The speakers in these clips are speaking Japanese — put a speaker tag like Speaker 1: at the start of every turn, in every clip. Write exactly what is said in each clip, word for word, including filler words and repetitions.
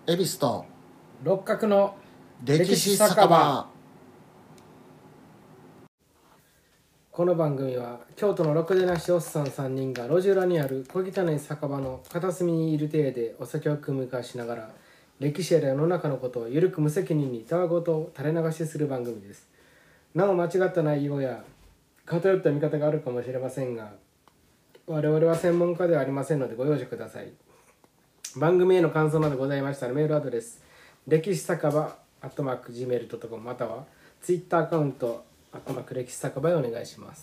Speaker 1: 恵比寿と
Speaker 2: 六角の
Speaker 1: 歴史酒場。
Speaker 2: この番組は京都のろくでなしおっさんさんにんが路地裏にある小汚い酒場の片隅にいる体でお酒を酌み交わしながら歴史や世の中のことをゆるく無責任にたわごと垂れ流しする番組です。なお間違った内容や偏った見方があるかもしれませんが、我々は専門家ではありませんのでご容赦ください。番組への感想などございましたらメールアドレス歴史酒場アットマーク ジーメールドットコム またはツイッターアカウントアットマーク歴史酒場へお願いします。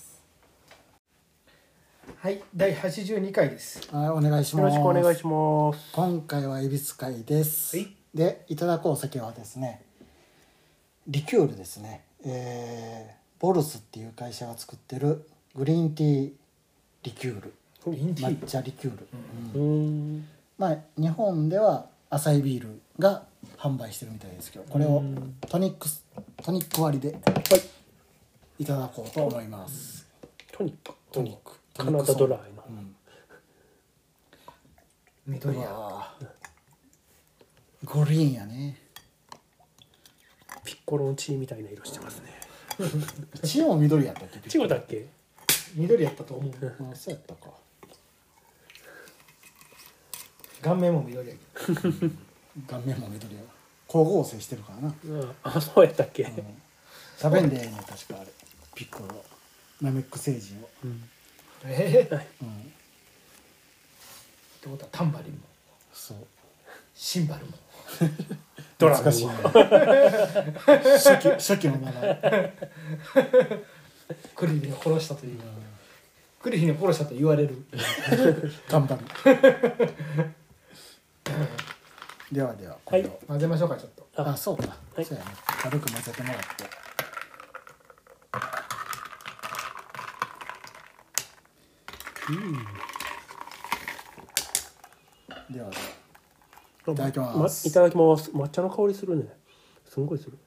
Speaker 2: はい、だいはちじゅうにかいです。
Speaker 1: はい、お願いします。
Speaker 3: よろしくお願いします。
Speaker 1: 今回は恵比寿会です、
Speaker 2: はい、
Speaker 1: でいただくお酒はですね、リキュールですね、えー、ボルスっていう会社が作ってるグリーンティーリキュール、
Speaker 2: グリーンティー
Speaker 1: 抹茶リキュール、
Speaker 3: う
Speaker 1: うん
Speaker 3: ん。
Speaker 1: まあ日本ではアサイビールが販売してるみたいですけど、これをトニックストニック割りでいただこうと思います。
Speaker 3: トニック。
Speaker 1: トニック
Speaker 3: カナダドライの。
Speaker 2: 緑や
Speaker 1: うわーグリーンやね。
Speaker 3: ピッコロの血みたいな色してますね。
Speaker 1: 血も緑やったっけ？
Speaker 3: チゴだっけ？
Speaker 2: 緑やったと思う。
Speaker 1: あ、そうやったか。
Speaker 2: 顔面も緑やけど
Speaker 1: 顔面も緑や。光合成してるからな。
Speaker 3: うん。あ、そうやったっけ？
Speaker 1: うん、食べんでええね、確かあれ。ピッコロナメック星人を。
Speaker 3: うん。
Speaker 2: ええー、っ
Speaker 1: うん。
Speaker 2: てことはタンバリンも
Speaker 1: そう。
Speaker 2: シンバルも
Speaker 3: ドラゴン
Speaker 1: 難しいね。初期初期の名前。
Speaker 2: クリリンを殺したという、クリリンを殺したと言われる
Speaker 1: 頑張る。ではではこれを、
Speaker 3: はい
Speaker 2: 混ぜましょうかちょっと。
Speaker 1: あ、そうか、
Speaker 3: はい
Speaker 1: そうやね。軽く混ぜてもらって。ではでは。いただきます。
Speaker 3: ま、いただきます。抹茶の香りするね。すんごいする。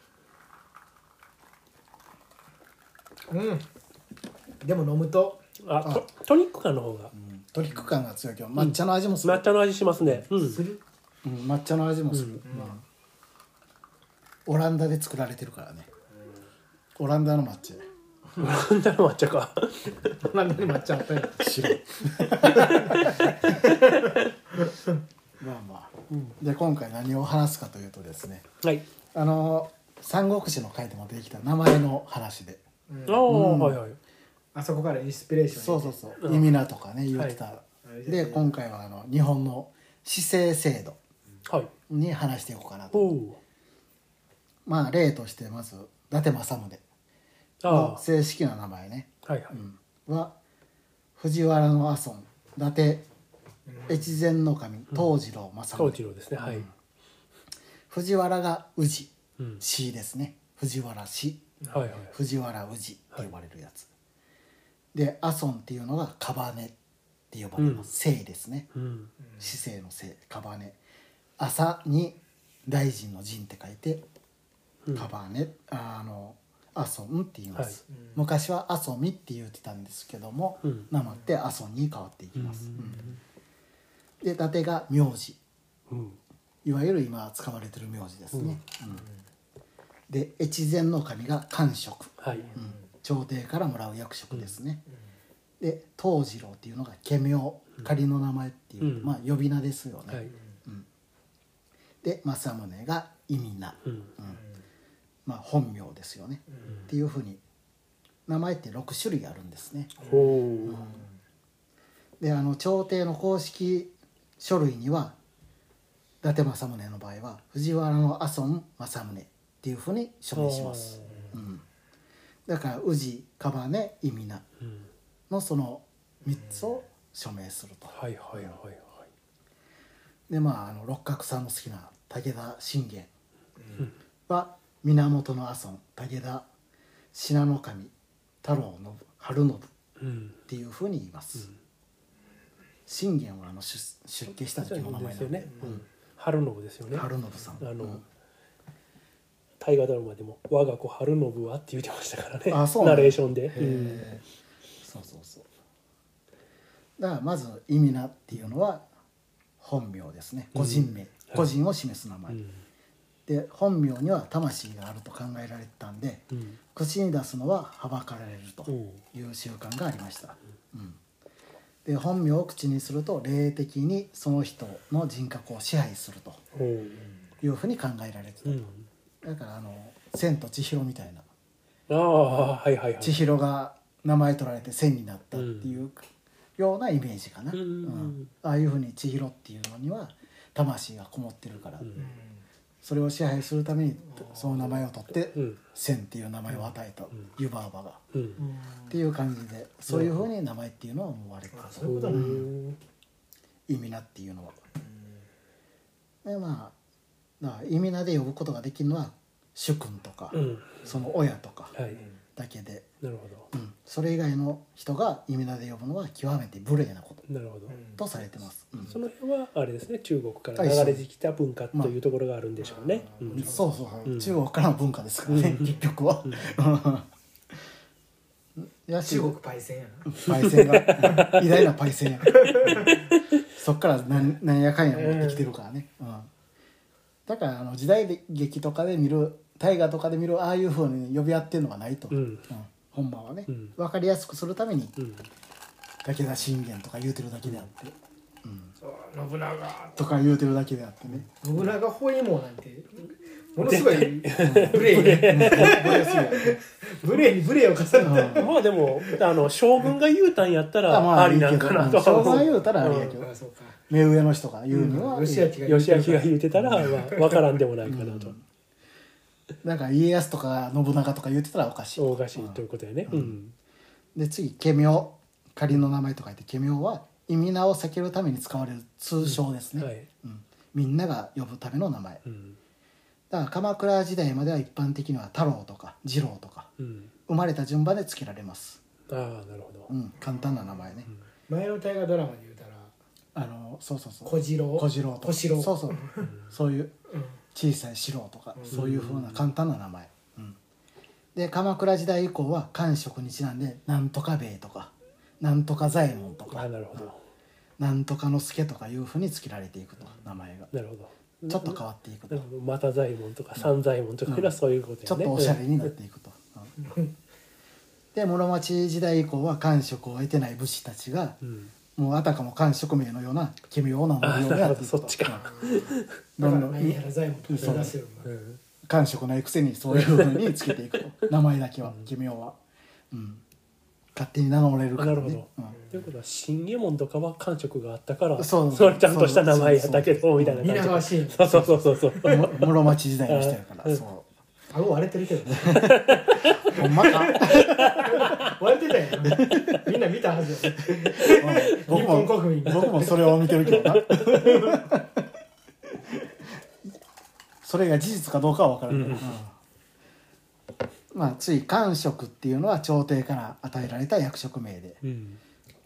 Speaker 2: うんでも飲むと
Speaker 3: あ、トトニック感の方が。
Speaker 1: トリック感が強いけど抹茶の味もする、
Speaker 3: 抹茶の味しますね。うん。
Speaker 2: する、
Speaker 1: うん、抹茶の味もする、
Speaker 2: うん
Speaker 1: まあ、オランダで作られてるからね、オランダの抹茶ね。
Speaker 3: オランダの抹茶か。
Speaker 2: なんで抹茶あったんや
Speaker 1: 白いまあまあ、うん、で今回何を話すかというとですね、
Speaker 3: はい。
Speaker 1: あの三国志の回でもできた名前の話で、
Speaker 3: ああ、はいはい。
Speaker 2: あそこからインスピレーション
Speaker 1: そうそうそう、意味なとかね言ってた、
Speaker 2: はい、
Speaker 1: で今回はあの日本の市政制度
Speaker 3: はい。
Speaker 1: に話していこうかなと。
Speaker 3: おお。
Speaker 1: まあ例としてまず伊達政宗
Speaker 3: あ
Speaker 1: の正式な名前ね、
Speaker 3: あ。はいはい。
Speaker 1: うん、は藤原の阿尊伊達越前守藤次郎政宗、
Speaker 3: 東次郎ですね。はい。
Speaker 1: 藤原が氏
Speaker 3: うん。
Speaker 1: 氏ですね、藤原氏、
Speaker 3: はいはい。
Speaker 1: 藤原氏って呼ばれるやつ、で阿尊っていうのが姓って呼ばれます、姓ですね、
Speaker 3: うん。
Speaker 1: 市政の姓姓、朝に大臣の臣って書いて
Speaker 3: うん
Speaker 1: 姓、あの阿尊って言います、
Speaker 2: はい
Speaker 1: 昔は阿蘇美って言ってたんですけども、
Speaker 3: うん
Speaker 1: なまって阿蘇に変わっていき
Speaker 3: うん
Speaker 1: ます、うんで伊達が名字、
Speaker 3: うん。
Speaker 1: いわゆる今使われてる名字ですね、うんで越前の神が官職、
Speaker 3: はい。
Speaker 1: うん朝廷からもらう役職ですね、で藤次郎っていうのが家名、仮の名前っていう、
Speaker 3: うん
Speaker 1: まあ呼び名ですよね、
Speaker 3: はい。
Speaker 1: で政宗が意味名、
Speaker 3: うん。
Speaker 1: まあ本名ですよね、っていうふうに名前ってろく種類あるんですね。
Speaker 3: ほう。
Speaker 1: であの朝廷の公式書類には伊達政宗の場合は藤原の阿尊政宗っていうふうに署名します、うん、だから氏姓意味名
Speaker 3: うん。
Speaker 1: のそのみっつを署名すると。
Speaker 3: はいはいはいはい。
Speaker 1: でまああの六角さんの好きな武田信玄は源の阿尊武田信濃守太郎信春信っ
Speaker 3: うん。
Speaker 1: ていうふうに言います、信玄はあの出出家した時の名前なんで、
Speaker 3: ですよね。うん。春信ですよね。
Speaker 1: 春信さん、
Speaker 3: あの
Speaker 1: うん
Speaker 3: 大河ドラマでも我が子春信はって言ってましたからね。
Speaker 1: あそうなんだ
Speaker 3: ナレーションで。
Speaker 1: へえ、そうそうそう。だからまず意味名っていうのは本名ですね、個人名、 個人を示す名前、
Speaker 3: うん
Speaker 1: で本名には魂があると考えられてたんで、
Speaker 3: うん
Speaker 1: 口に出すのははばかられると
Speaker 3: うん
Speaker 1: いう習慣がありました、うんで本名を口にすると霊的にその人の人格を支配すると
Speaker 3: うん
Speaker 1: いうふうに考えられてたと、
Speaker 3: うん
Speaker 1: だからあの千と千尋みたいな、
Speaker 3: ああはいはいはい
Speaker 1: 千尋が名前取られて千になったっていうようなイメージかな、
Speaker 3: うん
Speaker 1: うんああいうふうに千尋っていうのには魂がこもってるから、
Speaker 3: うん
Speaker 1: それを支配するためにその名前を取って
Speaker 3: うん
Speaker 1: 千っていう名前を与えた湯婆婆が、
Speaker 3: うん
Speaker 1: っていう感じでそういうふうに名前っていうのは思われてた
Speaker 2: そういうことなんだ。
Speaker 3: うん
Speaker 1: 意味名っていうのは。でまあだから意味名で呼ぶことができるのは主君とか、
Speaker 3: うん
Speaker 1: その親とか
Speaker 3: はい
Speaker 1: だけで、
Speaker 3: なるほど
Speaker 1: うん、それ以外の人が意味名で呼ぶのは極めて無礼なこと
Speaker 3: なるほど
Speaker 1: とされてます、うん
Speaker 3: その辺はあれですね中国から流れてきた文化というところがあるんでしょうね、うん
Speaker 1: そうそうそう、
Speaker 3: うん
Speaker 1: 中国からの文化ですからね、
Speaker 3: うん
Speaker 1: 結局は、やし
Speaker 2: 中国パイセンやな。
Speaker 1: パイセンが偉大なパイセンやそっから何何やかんや持ってきてるからね、うん、だからあの時代劇とかで見る大河とかで見るああいうふうに呼び合ってるのはないと、
Speaker 3: うん
Speaker 1: うん本番はね、
Speaker 3: うん
Speaker 1: 分かりやすくするために
Speaker 3: うん
Speaker 1: 武田信玄とか言うてるだけであって、うん、
Speaker 2: そう信長
Speaker 1: とか言うてるだけであってね、
Speaker 2: 信長包囲網なんてものすごい無礼ね。
Speaker 1: うん、これすごいよね
Speaker 2: 無礼に無礼を重ねて。
Speaker 3: まあでもあの将軍が言うたんやったら
Speaker 1: あまあ
Speaker 3: ありなんかなと
Speaker 1: いいけどうん将軍が言うたらありやけど、
Speaker 2: あそうか。
Speaker 1: 目上の人が言うには、
Speaker 2: 義明が言う
Speaker 3: 義明が言うてたらまあ分からんでもないかなと
Speaker 1: なんか家康とか信長とか言ってたらおかしい、
Speaker 3: おかしいということやねうん
Speaker 1: で次家名、仮の名前と書いて家名は意味名を避けるために使われる通称ですね、
Speaker 3: はい
Speaker 1: うんみんなが呼ぶための名前
Speaker 3: うん
Speaker 1: だから鎌倉時代までは一般的には太郎とか次郎とか
Speaker 3: うん
Speaker 1: 生まれた順番で付けられます、
Speaker 3: ああなるほど
Speaker 1: うん、簡単な名前ね、
Speaker 2: 前の大河ドラマで言うたら
Speaker 1: あのそうそうそう
Speaker 2: 小次郎、
Speaker 1: 小次郎とか
Speaker 2: 小四郎。
Speaker 1: そうそうそういう
Speaker 2: うん。
Speaker 1: 小さい四郎とか、そういうふうな簡単な名前、うんで鎌倉時代以降は官職にちなんでなんとか兵衛とかなんとか左衛門と
Speaker 3: あ
Speaker 1: か
Speaker 3: なるほど
Speaker 1: なんとかの助とかいうふうに付けられていくと名前が
Speaker 3: なるほど
Speaker 1: ちょっと変わっていくと、
Speaker 3: また左衛門とか三左衛門とかいうのはそういうこと
Speaker 1: ちょ
Speaker 3: やね
Speaker 1: っとおしゃれになっていくと、うんで室町時代以降は官職を得てない武士たちが
Speaker 3: うん
Speaker 1: もうあたかも官職名のような奇妙を名乗
Speaker 3: あ
Speaker 1: るようになっていくと
Speaker 3: なるほどそっちか
Speaker 1: どんどん
Speaker 2: 何やら左衛門とか出してるもんな。
Speaker 3: うん
Speaker 1: 官職ないくせにそういうふうにつけていくと名前だけは奇妙は、うん、勝手に名乗れるからね
Speaker 3: なるほど
Speaker 1: うん
Speaker 3: ということは新右衛門とかは感触があったから
Speaker 1: そう
Speaker 3: それちゃんとした名前やったけ
Speaker 1: そう
Speaker 3: どみたいな
Speaker 2: 蜷
Speaker 3: 感
Speaker 2: 川信
Speaker 3: じそうそうそうそうそう
Speaker 1: も室町時代の人やから
Speaker 3: うん
Speaker 1: そ
Speaker 2: 顎割れてるけどね。
Speaker 1: うほんまか
Speaker 2: 割れてたよ。みんな見たはずよ。
Speaker 1: 僕
Speaker 2: 日本
Speaker 1: も
Speaker 2: 国民が。
Speaker 1: 僕もそれを見てるけどなそれが事実かどうかは分からない、
Speaker 3: うん
Speaker 1: うんまあつい官職っていうのは朝廷から与えられた役職名で
Speaker 3: うん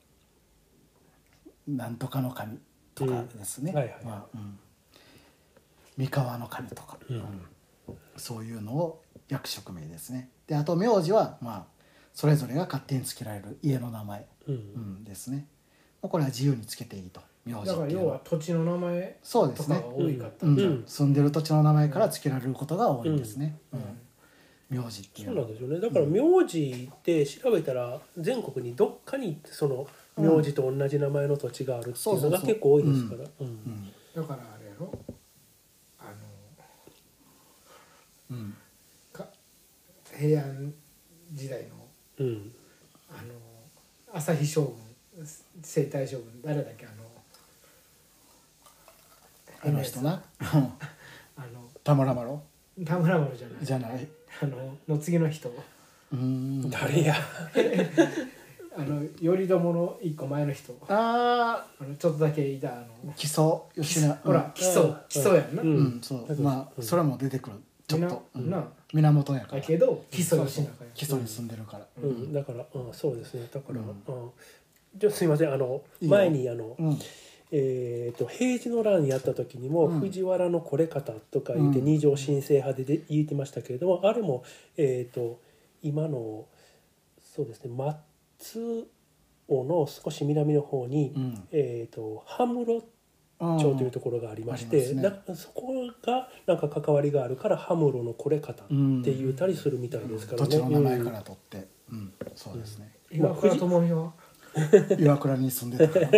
Speaker 1: なんとかの神とかですね、
Speaker 3: うんはいはい
Speaker 1: まあうん三河の神とか、
Speaker 3: うん
Speaker 1: うんそういうのを役職名ですねであと名字はまあそれぞれが勝手に付けられる家の名前、
Speaker 3: う
Speaker 1: うんん、ですねこれは自由につけていいと名字
Speaker 2: だから要
Speaker 1: っていうのは
Speaker 2: は土地の名前
Speaker 1: そうですね
Speaker 2: とかが多いかった。
Speaker 1: うん
Speaker 3: うん
Speaker 1: 住んでる土地の名前から付けられることが多いんですね、うん名字ってい
Speaker 3: そうう
Speaker 1: のは
Speaker 3: なんですよねだから名字って調べたら全国にどっかにその名字と同じ名前の土地があるっていうのが結構多いですからうん
Speaker 1: うん
Speaker 2: だからあれやろ。あの
Speaker 1: うん
Speaker 2: か平安時代の
Speaker 3: うん
Speaker 2: あの朝日将軍征太将軍誰だっけあの
Speaker 1: あの人な
Speaker 2: あの
Speaker 1: 田村麻呂
Speaker 2: 田村丸じゃない
Speaker 1: じゃない
Speaker 2: あのの次の人
Speaker 1: うーん
Speaker 3: 誰や
Speaker 2: あの頼朝の一個前の人
Speaker 1: あ
Speaker 2: あのちょっとだけいたあの
Speaker 1: あ木曽義長
Speaker 2: ほら基礎
Speaker 3: うん
Speaker 2: 基礎やんな、
Speaker 3: う
Speaker 1: うんん、そうまあそれも出てくるちょっと、うん
Speaker 2: みな
Speaker 1: 源やから
Speaker 2: だけど基礎義仲や
Speaker 1: 基礎に住んでるから、
Speaker 3: うんだからうんそうですねだから
Speaker 1: うん
Speaker 3: うんじゃあすいませんあの
Speaker 1: いいよ
Speaker 3: 前にあの
Speaker 1: うん
Speaker 3: えー、と平治の乱やった時にも、
Speaker 1: うん
Speaker 3: 藤原のこれ方とか言って
Speaker 1: うん
Speaker 3: 二条新生派でで言ってましたけれどもあれも、えー、と今のそうですね松尾の少し南の方に、
Speaker 1: うん
Speaker 3: えー、と羽室っ朝というところがありまして、
Speaker 1: ありますね
Speaker 3: だからそこがなんか関わりがあるからハムロのこれ方って言ったりするみたいですからね。
Speaker 1: 土地の名前から取って、うん、そうですね。
Speaker 2: 岩倉智美は
Speaker 1: 岩倉に住んでたから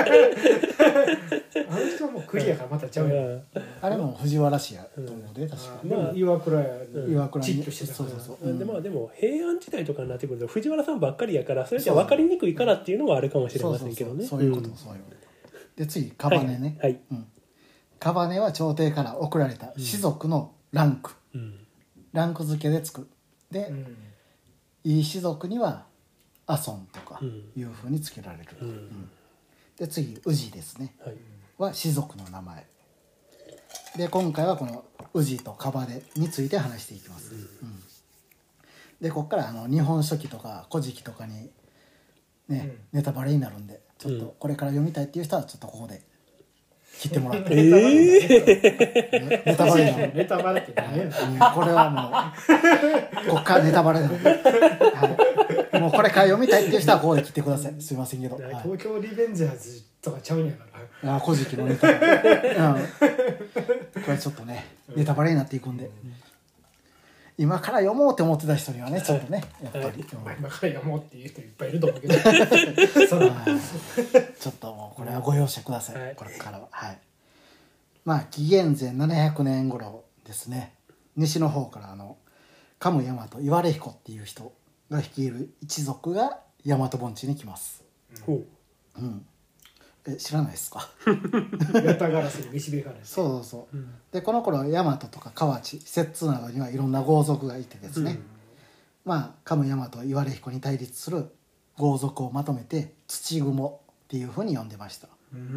Speaker 2: あの人はもうクリアからまたちゃうやん。
Speaker 1: あれも藤原氏やと思うで、確かに。
Speaker 2: でも岩倉や
Speaker 1: 岩倉に
Speaker 2: チップしてたから
Speaker 1: そうそうそう、
Speaker 3: でまあ、でも平安時代とかになってくると藤原さんばっかりやからそれじゃ分かりにくいからっていうのはあるかもしれませんけどね。
Speaker 1: そういうこと、そういうことで、次カバネね、
Speaker 3: はい、はい
Speaker 1: うん、カバネは朝廷から贈られた士族のランク、
Speaker 3: うん、
Speaker 1: ランク付けでつくで、
Speaker 2: うん
Speaker 1: いい士族にはアソンとか
Speaker 3: うん
Speaker 1: いうふうにつけられる、
Speaker 3: うん
Speaker 1: うんで次宇治ですね、
Speaker 3: はい、
Speaker 1: は士族の名前で、今回はこの宇治とカバネについて話していきます、うんうん、でここからあの日本書紀とか古事記とかにね、うん、ネタバレになるんで、ちょっとこれから読みたいっていう人はちょっとここで切ってもらって、
Speaker 3: え
Speaker 1: ー、ネタバレなの
Speaker 2: ネタバレって何やねん。
Speaker 1: これはもうここからネタバレなので、はい、もうこれから読みたいっていう人はここで切ってください。すいませんけど、はい、
Speaker 2: 東京リベンジャーズとかちゃうんやから。
Speaker 1: あ古事記のネタ、うん、これちょっとねネタバレになっていくんで、うん、今から読もうって思ってた人にはねちょっとねやっぱり、はい、
Speaker 2: 今から読もうっていう人いっぱいいると思うけど
Speaker 1: そのちょっともうこれはご容赦ください、はい、これからは。はい、まあ紀元前ななひゃくねん頃ですね、西の方からあのカムヤマト岩出彦っていう人が率いる一族が大和盆地に来ます、
Speaker 3: うん
Speaker 1: うん、え知らないですか
Speaker 2: ヤタガラスに導かれて、
Speaker 1: そうそうそう、うん、でこの頃大和とか河内摂津などにはいろんな豪族がいてですね、うん、まあカムヤマト岩出彦に対立する豪族をまとめて土雲っていうふうに呼んでました、うんうん、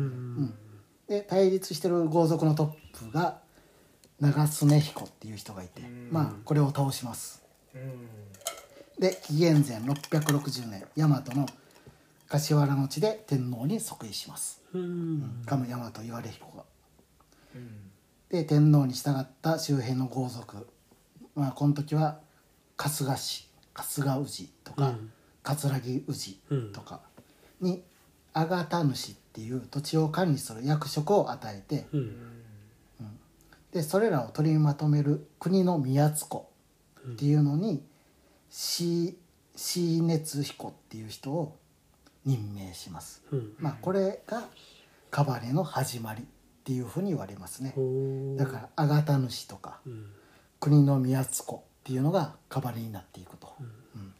Speaker 1: で対立してる豪族のトップが長常彦っていう人がいて、まあこれを倒します、うん、で紀元前ろっぴゃくろくじゅうねん大和の柏原の地で天皇に即位します、うん、カムヤマト岩出彦が、うん、で天皇に従った周辺の豪族、まあこの時は春日氏春日氏とか、うん、桂木氏とかに阿形主っていう土地を管理する役職を与えて、うんうん、でそれらを取りまとめる国の宮津子っていうのに椎熱彦っていう人を任命します、うん、まあこれがカバネの始まりっていうふうに言われますね。だから阿形主とか、うん、国の宮津子っていうのがカバネになっていくと、うん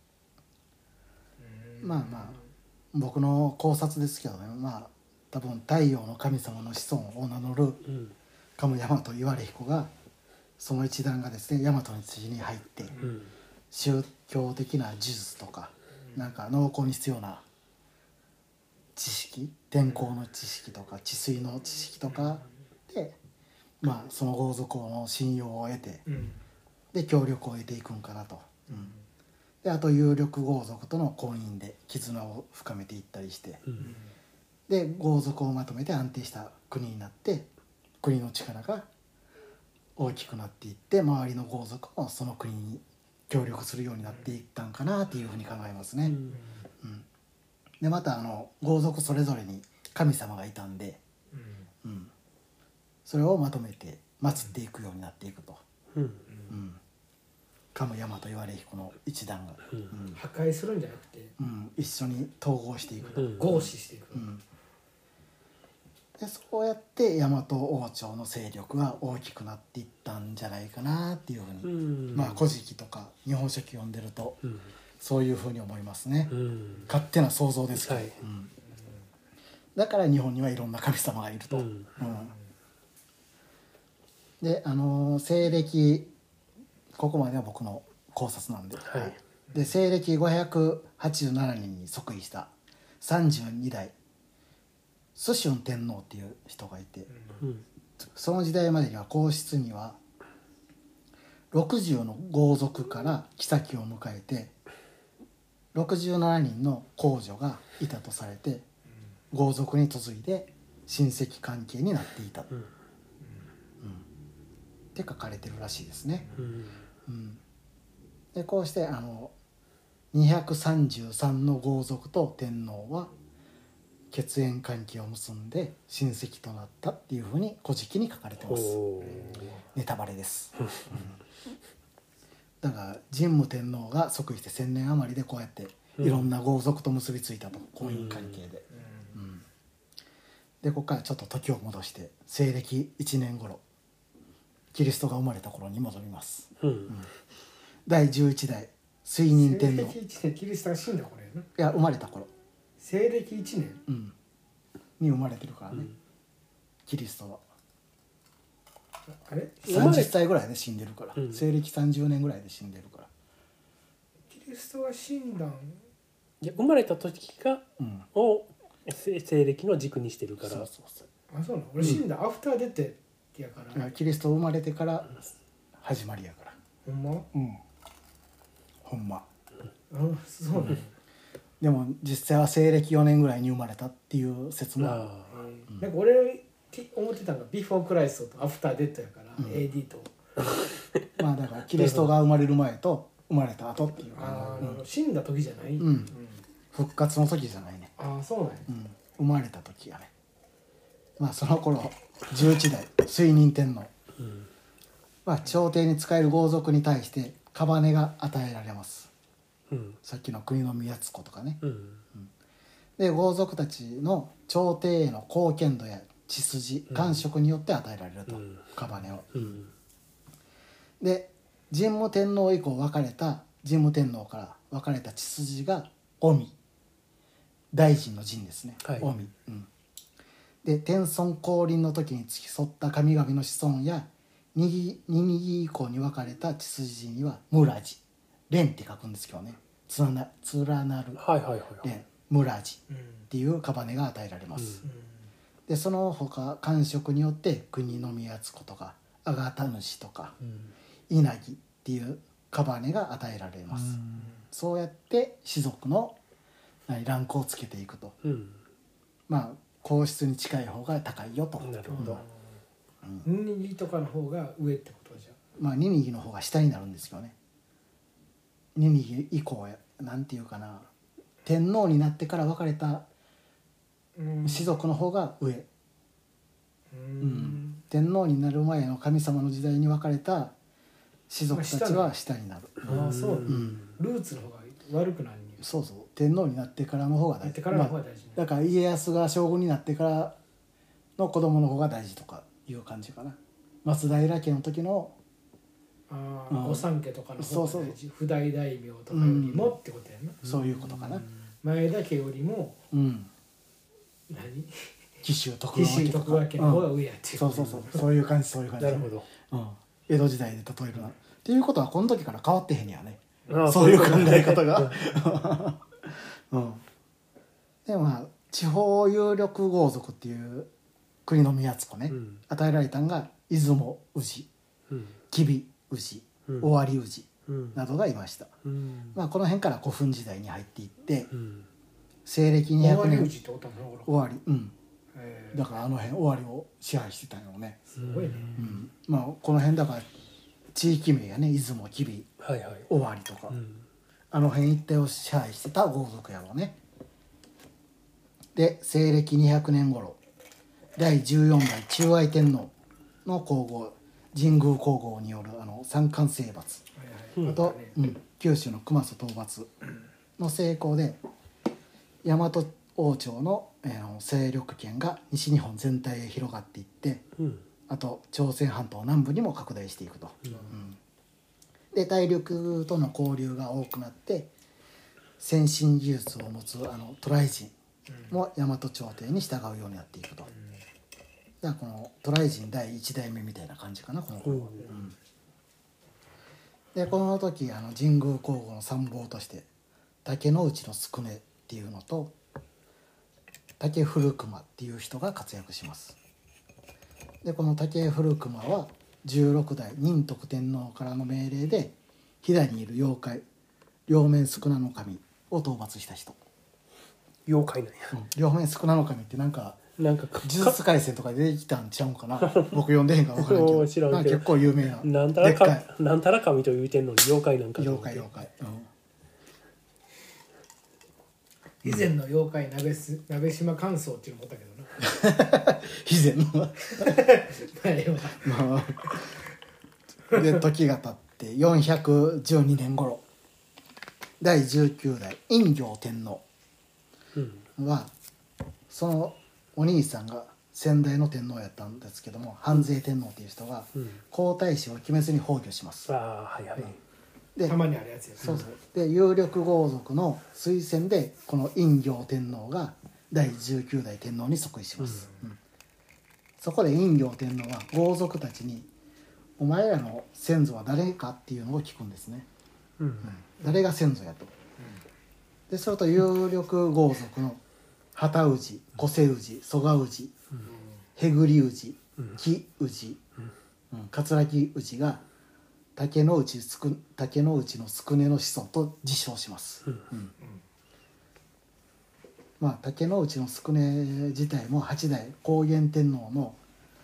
Speaker 1: うん、まあまあ僕の考察ですけどね、まあ多分太陽の神様の子孫を名乗るカムヤマト岩出彦がその一団がですね大和の地に入って、うん、宗教的な呪術とか、うん、なんか農耕に必要な知識天候の知識とか治水の知識とかで、まあその豪族の信用を得て、うん、で協力を得ていくんかなと、うん、であと有力豪族との婚姻で絆を深めていったりして、うん、で豪族をまとめて安定した国になって国の力が大きくなっていって周りの豪族もその国に協力するようになっていったんかなっていうふうに考えますね、うんうん、でまたあの豪族それぞれに神様がいたんで、うんうん、それをまとめて祀っていくようになっていくと、うんうん、カムヤマト岩出彦の一団が、
Speaker 2: うんうん、破壊するんじゃなくて、
Speaker 1: うん、一緒に統合していくと、
Speaker 2: うん、合祀していく、
Speaker 1: うんでそうやって大和王朝の勢力が大きくなっていったんじゃないかなっていうふうに、うん、まあ古事記とか日本書紀読んでると、うん、そういうふうに思いますね、うん、勝手な想像ですけど、はいうん、だから日本にはいろんな神様がいると、うんうん、であの西暦ここまでは僕の考察なんで、はい、で西暦ごひゃくはちじゅうななねんに即位したさんじゅうにだい蘇春天皇っていう人がいて、うん、その時代までには皇室にはろくじゅうの豪族から后を迎えてろくじゅうななにんの皇女がいたとされて、豪族に嫁いで親戚関係になっていた、うんうん、って書かれてるらしいですね、うんうん、でこうしてあのにひゃくさんじゅうさんの豪族と天皇は血縁関係を結んで親戚となったっていうふうに古事記に書かれてます。ネタバレです、うん、だから神武天皇が即位してせんねん余りでこうやっていろんな豪族と結びついたと、婚姻関係で、うんうん、でここからちょっと時を戻して西暦いちねん頃キリストが生まれた頃に戻ります、うんうん、だいじゅういちだい水仁天皇、
Speaker 2: 西暦いちねんキリストが死んだ頃やな。
Speaker 1: いや生まれた頃、
Speaker 2: 西暦いちねん、
Speaker 1: うん、に生まれてるからね、うん、キリストは
Speaker 2: あれ
Speaker 1: さんじゅっさいぐらいで死んでるから、うん、西暦さんじゅうねんぐらいで死んでるから。
Speaker 2: キリストが死んだん、
Speaker 3: いや生まれた時が、うん、を西暦の軸にしてるから。そうそうそう、
Speaker 2: あ、そうなの。俺死んだ、うん、アフター出てやから。
Speaker 1: キリスト生まれてから始まりやから。
Speaker 2: ほんま？
Speaker 1: うん。ほんま。
Speaker 2: あ、そうなの。
Speaker 1: でも実際は西暦よねんぐらいに生まれたっていう説もある。
Speaker 2: うん、なんか俺思ってたのがビフォークライストとアフターデッドやから、うん、エーディー と。
Speaker 1: まあだからキリストが生まれる前と生まれた後っていう。
Speaker 2: ああ、うん、死んだ時じゃない？
Speaker 1: うん。うん、復活の時じゃないね。
Speaker 2: ああ、そうなんや。
Speaker 1: うん。生まれた時やね。まあその頃じゅういちだい水仁天皇、うん、まあ朝廷に仕える豪族に対して姓が与えられます、うん、さっきの国の宮津子とかね、うんうん、で豪族たちの朝廷への貢献度や血筋官職によって与えられると、うん、姓を、うん、で神武天皇以降分かれた神武天皇から分かれた血筋が御身、大臣の陣ですね、はい、御身、うん、で天孫降臨の時に付き添った神々の子孫や二義二義以降に分かれた血筋には村地、連って書くんですけどね、連な連なる連、村地っていう姓が与えられます、うん、でその他官職によって国宮津子とかあがた主とか、うん、稲城っていう姓が与えられます、うん、そうやって士族のランクをつけていくと、うん、まあ皇室に近い方が高いよと。なるほど。
Speaker 2: うん、ニニギとかの方が上ってことじゃ。
Speaker 1: まあニニギの方が下になるんですよね。ニニギ以降やなんていうかな、天皇になってから分かれた士族の方が上。うんうん、天皇になる前の神様の時代に分かれた士族たちは下になる。
Speaker 2: ああそう、うん。ルーツの方が悪くなる。
Speaker 1: そうそう、天皇になってからの方が大事、まあ、だから家康が将軍になってからの子供の方が大事とかいう感じかな。松平家の時の
Speaker 2: あ、うん、御三家とかの方が大事、そうそう、譜代大名とかよりもってことやな、
Speaker 1: うん、そういうことかな、うん、
Speaker 2: 前田家よりも、うん、何
Speaker 1: 紀州徳川家とか
Speaker 2: 徳川家の方が上やっていう、
Speaker 1: うん、そうそうそう、そういう感じ、そういう感じ、
Speaker 3: なるほど、
Speaker 1: うん、江戸時代で例えるなっていうことはこの時から変わってへんやね、そういう考え方が、うん、でもまあ地方有力豪族っていう国の宮津子ね、うん、与えられたのが出雲氏、吉備氏、尾張氏などがいました、うん、まあ、この辺から古墳時代に入っていって、うん、西暦にひゃくねん、尾張、うん、だからあの辺尾張を支配してたよね、
Speaker 2: すごいね、
Speaker 1: うん、まあこの辺だから地域名やね、出雲、吉備、はいはい、尾張とか、うん、あの辺一帯を支配してた豪族やろうね。で西暦にひゃくねん頃だいじゅうよんだい中愛天皇の皇后神宮皇后によるあの三冠征伐、はいはい、あと、うん、九州の熊曽討伐の成功で大和王朝の、えー、勢力圏が西日本全体へ広がっていって、うん、あと朝鮮半島南部にも拡大していくと、うんうん、で大陸との交流が多くなって先進技術を持つあの渡来人も大和朝廷に従うようになっていくと、うん、だからこの渡来人だいいち代目みたいな感じかなこの頃は、うん、でこの時あの神宮皇后の参謀として竹之内の宿根っていうのと竹古熊っていう人が活躍します。でこの竹古熊はじゅうろくだい仁徳天皇からの命令で飛騨にいる妖怪両面宿儺の神を討伐した人。
Speaker 3: 妖怪なんや、
Speaker 1: うん、両面宿儺の神ってなんかなんか呪術廻戦とかで出てきたんちゃうんかな僕読んでへんから分からんけど知らんけど結構有名な
Speaker 3: なんたらかなんたら神と言うてんのに妖怪なんか
Speaker 1: 妖怪妖怪、
Speaker 2: 以前の妖怪鍋す鍋島乾燥っていうのもおったけどな
Speaker 1: 以前のは
Speaker 2: 前は
Speaker 1: まあで時が経ってよんひゃくじゅうにねん頃だいじゅうきゅう代陰行天皇
Speaker 3: うん
Speaker 1: はそのお兄さんが先代の天皇やったんですけども半勢天皇っていう人が
Speaker 3: うん
Speaker 1: 皇太子を決めずに崩御します。
Speaker 3: ああはいはい
Speaker 1: で
Speaker 2: たまにあるやつや
Speaker 1: そうそうで有力豪族の推薦でこの陰行天皇がだいじゅうきゅう代天皇に即位します、うんそこで陰行天皇は豪族たちに「お前らの先祖は誰か?」っていうのを聞くんですね、
Speaker 3: うん
Speaker 1: 誰が先祖やと。でそれと有力豪族の旗氏小瀬氏曽我氏へぐり氏木氏、うん、桂木氏が竹の内すく竹の内の宿根の子孫と自称します、
Speaker 3: うん
Speaker 1: うんまあ竹の内の宿根自体も八代高元天皇の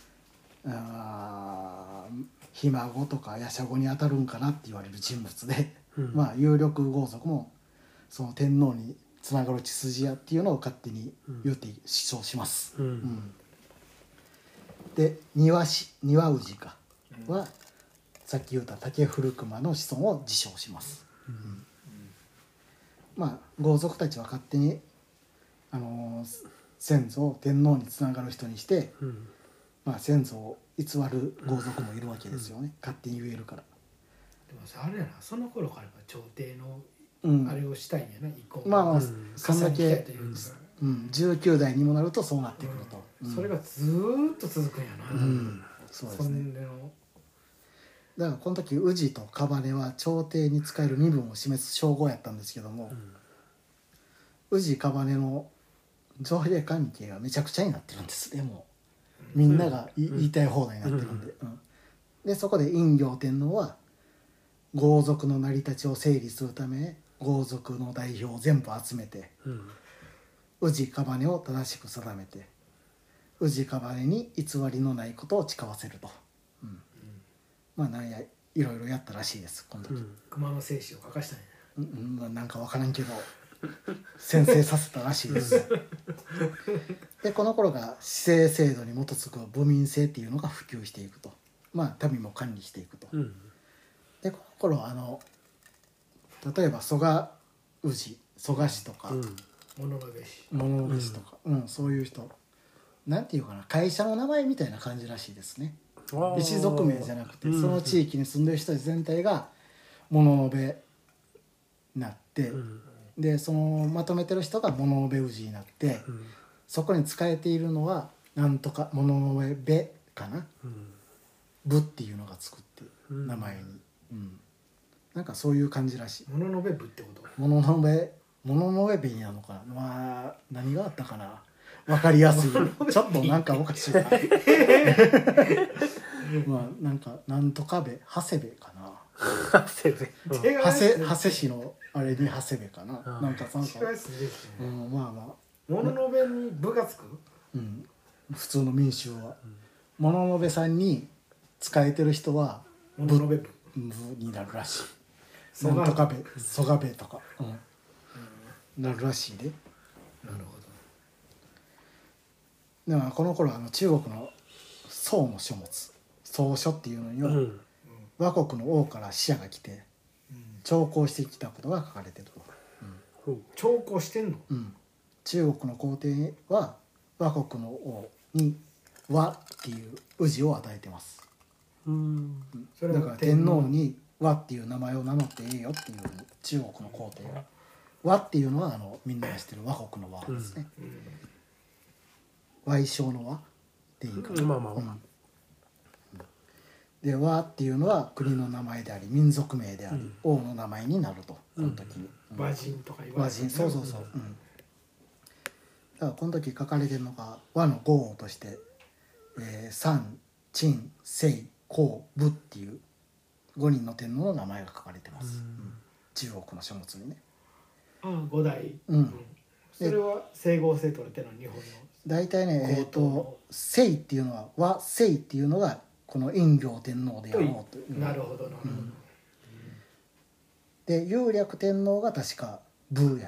Speaker 1: あーひ孫とかやしゃごにあたるんかなって言われる人物で、
Speaker 3: うん
Speaker 1: まあ有力豪族もその天皇につながる血筋やっていうのを勝手に言って主張します、
Speaker 3: うん
Speaker 1: うんで庭師庭氏かは、さっき言った竹古熊の子孫を自称します、うんまあ豪族たちは勝手に、あのー先祖を天皇につながる人にして、
Speaker 3: うん
Speaker 1: まあ、先祖を偽る豪族もいるわけですよね、勝手に言えるから、
Speaker 2: でもさあれやなその頃からやっぱ朝廷の
Speaker 1: うん
Speaker 2: あれをしたいんやな移行
Speaker 1: まあまあ、
Speaker 3: うん
Speaker 1: そんだ
Speaker 2: 重ねてきた
Speaker 1: け
Speaker 2: というか
Speaker 1: うん、じゅうきゅう代にもなるとそうなってくると、うん
Speaker 2: それがずーっと続くんやな、
Speaker 1: うんそうです
Speaker 2: そ
Speaker 1: ね
Speaker 2: んでの
Speaker 1: だからこの時氏と姓は朝廷に使える身分を示す称号やったんですけども、氏姓の上下関係がめちゃくちゃになってるんですねもうみんながい、
Speaker 3: うん
Speaker 1: 言いたい放題になってるんで、うんでそこで陰行天皇は豪族の成り立ちを整理するため豪族の代表を全部集めて
Speaker 3: うん
Speaker 1: 氏姓を正しく定めて氏姓に偽りのないことを誓わせると、うんまあなんやいろいろやったらしいですこの時、
Speaker 3: うん
Speaker 2: 熊野精子を書かしたんや
Speaker 1: うんうんまあ、なんか分からんけど先制させたらしいですでこの頃が市政制度に基づく部民制っていうのが普及していくとまあ民も管理していくと、
Speaker 3: うん
Speaker 1: でこの頃あの例えば蘇我氏蘇我氏とか
Speaker 3: うん
Speaker 2: 物部氏
Speaker 1: 物部氏とか、うんそういう人なんていうかな会社の名前みたいな感じらしいですね
Speaker 3: あー
Speaker 1: 一族名じゃなくて
Speaker 3: うん
Speaker 1: その地域に住んでる人たち全体が物部になって、
Speaker 3: うん
Speaker 1: でそのまとめてる人が物部氏になって
Speaker 3: うん
Speaker 1: そこに使えているのはなんとか物部部かな
Speaker 3: うん
Speaker 1: 部っていうのがつくって
Speaker 3: うん
Speaker 1: 名前に、うん、なんかそういう感じらしい
Speaker 2: 物部部ってこと
Speaker 1: 物部物部部なのかなまあ何があったかな分かりやすいちょっとなんかおかしいなまあなんかなんとか部長谷部かな
Speaker 3: せべうん
Speaker 2: 手が
Speaker 1: 長谷長谷市のあれに長谷部かな、
Speaker 3: うん
Speaker 1: なんかなんか、
Speaker 2: 違いすぎですね
Speaker 1: うん、まあまあ
Speaker 2: 物の部に部がつく
Speaker 1: うん、普通の民衆は、物部さんに使えてる人は
Speaker 2: 物の部部
Speaker 1: 部になるらしい
Speaker 2: 蘇我
Speaker 1: なんとか部蘇我部とか、うん、なるらしいで
Speaker 2: なるほ
Speaker 1: でもこの頃あの中国の宋の書物宋書っていうのには、
Speaker 3: うん
Speaker 1: 倭国の王から使者が来て
Speaker 2: ど、うん、
Speaker 1: 朝貢してきたことが書かれてると、
Speaker 3: うん
Speaker 2: 兆候してんの
Speaker 1: うん、中国の皇帝は倭国の王に倭っていう氏を与えてます
Speaker 3: うん
Speaker 2: それは
Speaker 1: だから天皇に倭っていう名前を名乗っていいよっていう中国の皇帝が倭っていうのはあのみんなが知ってる倭国の倭ですね、倭称の倭っていいかな、
Speaker 3: まあまあ
Speaker 1: うんで倭っていうのは国の名前であり民族名であり、王の名前になるとこの時に、うん
Speaker 2: 和人とか言わ
Speaker 1: 和
Speaker 2: れてる
Speaker 1: 人そうそうそう、うん、だからこの時書かれてるのが和の号として「えー、三陳清光武」っていうごにんの天皇の名前が書かれてます、うん中国の書物にね
Speaker 2: ああ五代、
Speaker 1: うん
Speaker 2: それは整合性取れてるの日本の
Speaker 1: 大体ねえっ、
Speaker 2: 皇統の
Speaker 1: と清っていうのは和清っていうのがこの陰行天皇であろうという
Speaker 2: なるほどなるほど、
Speaker 1: で有略天皇が確か武やね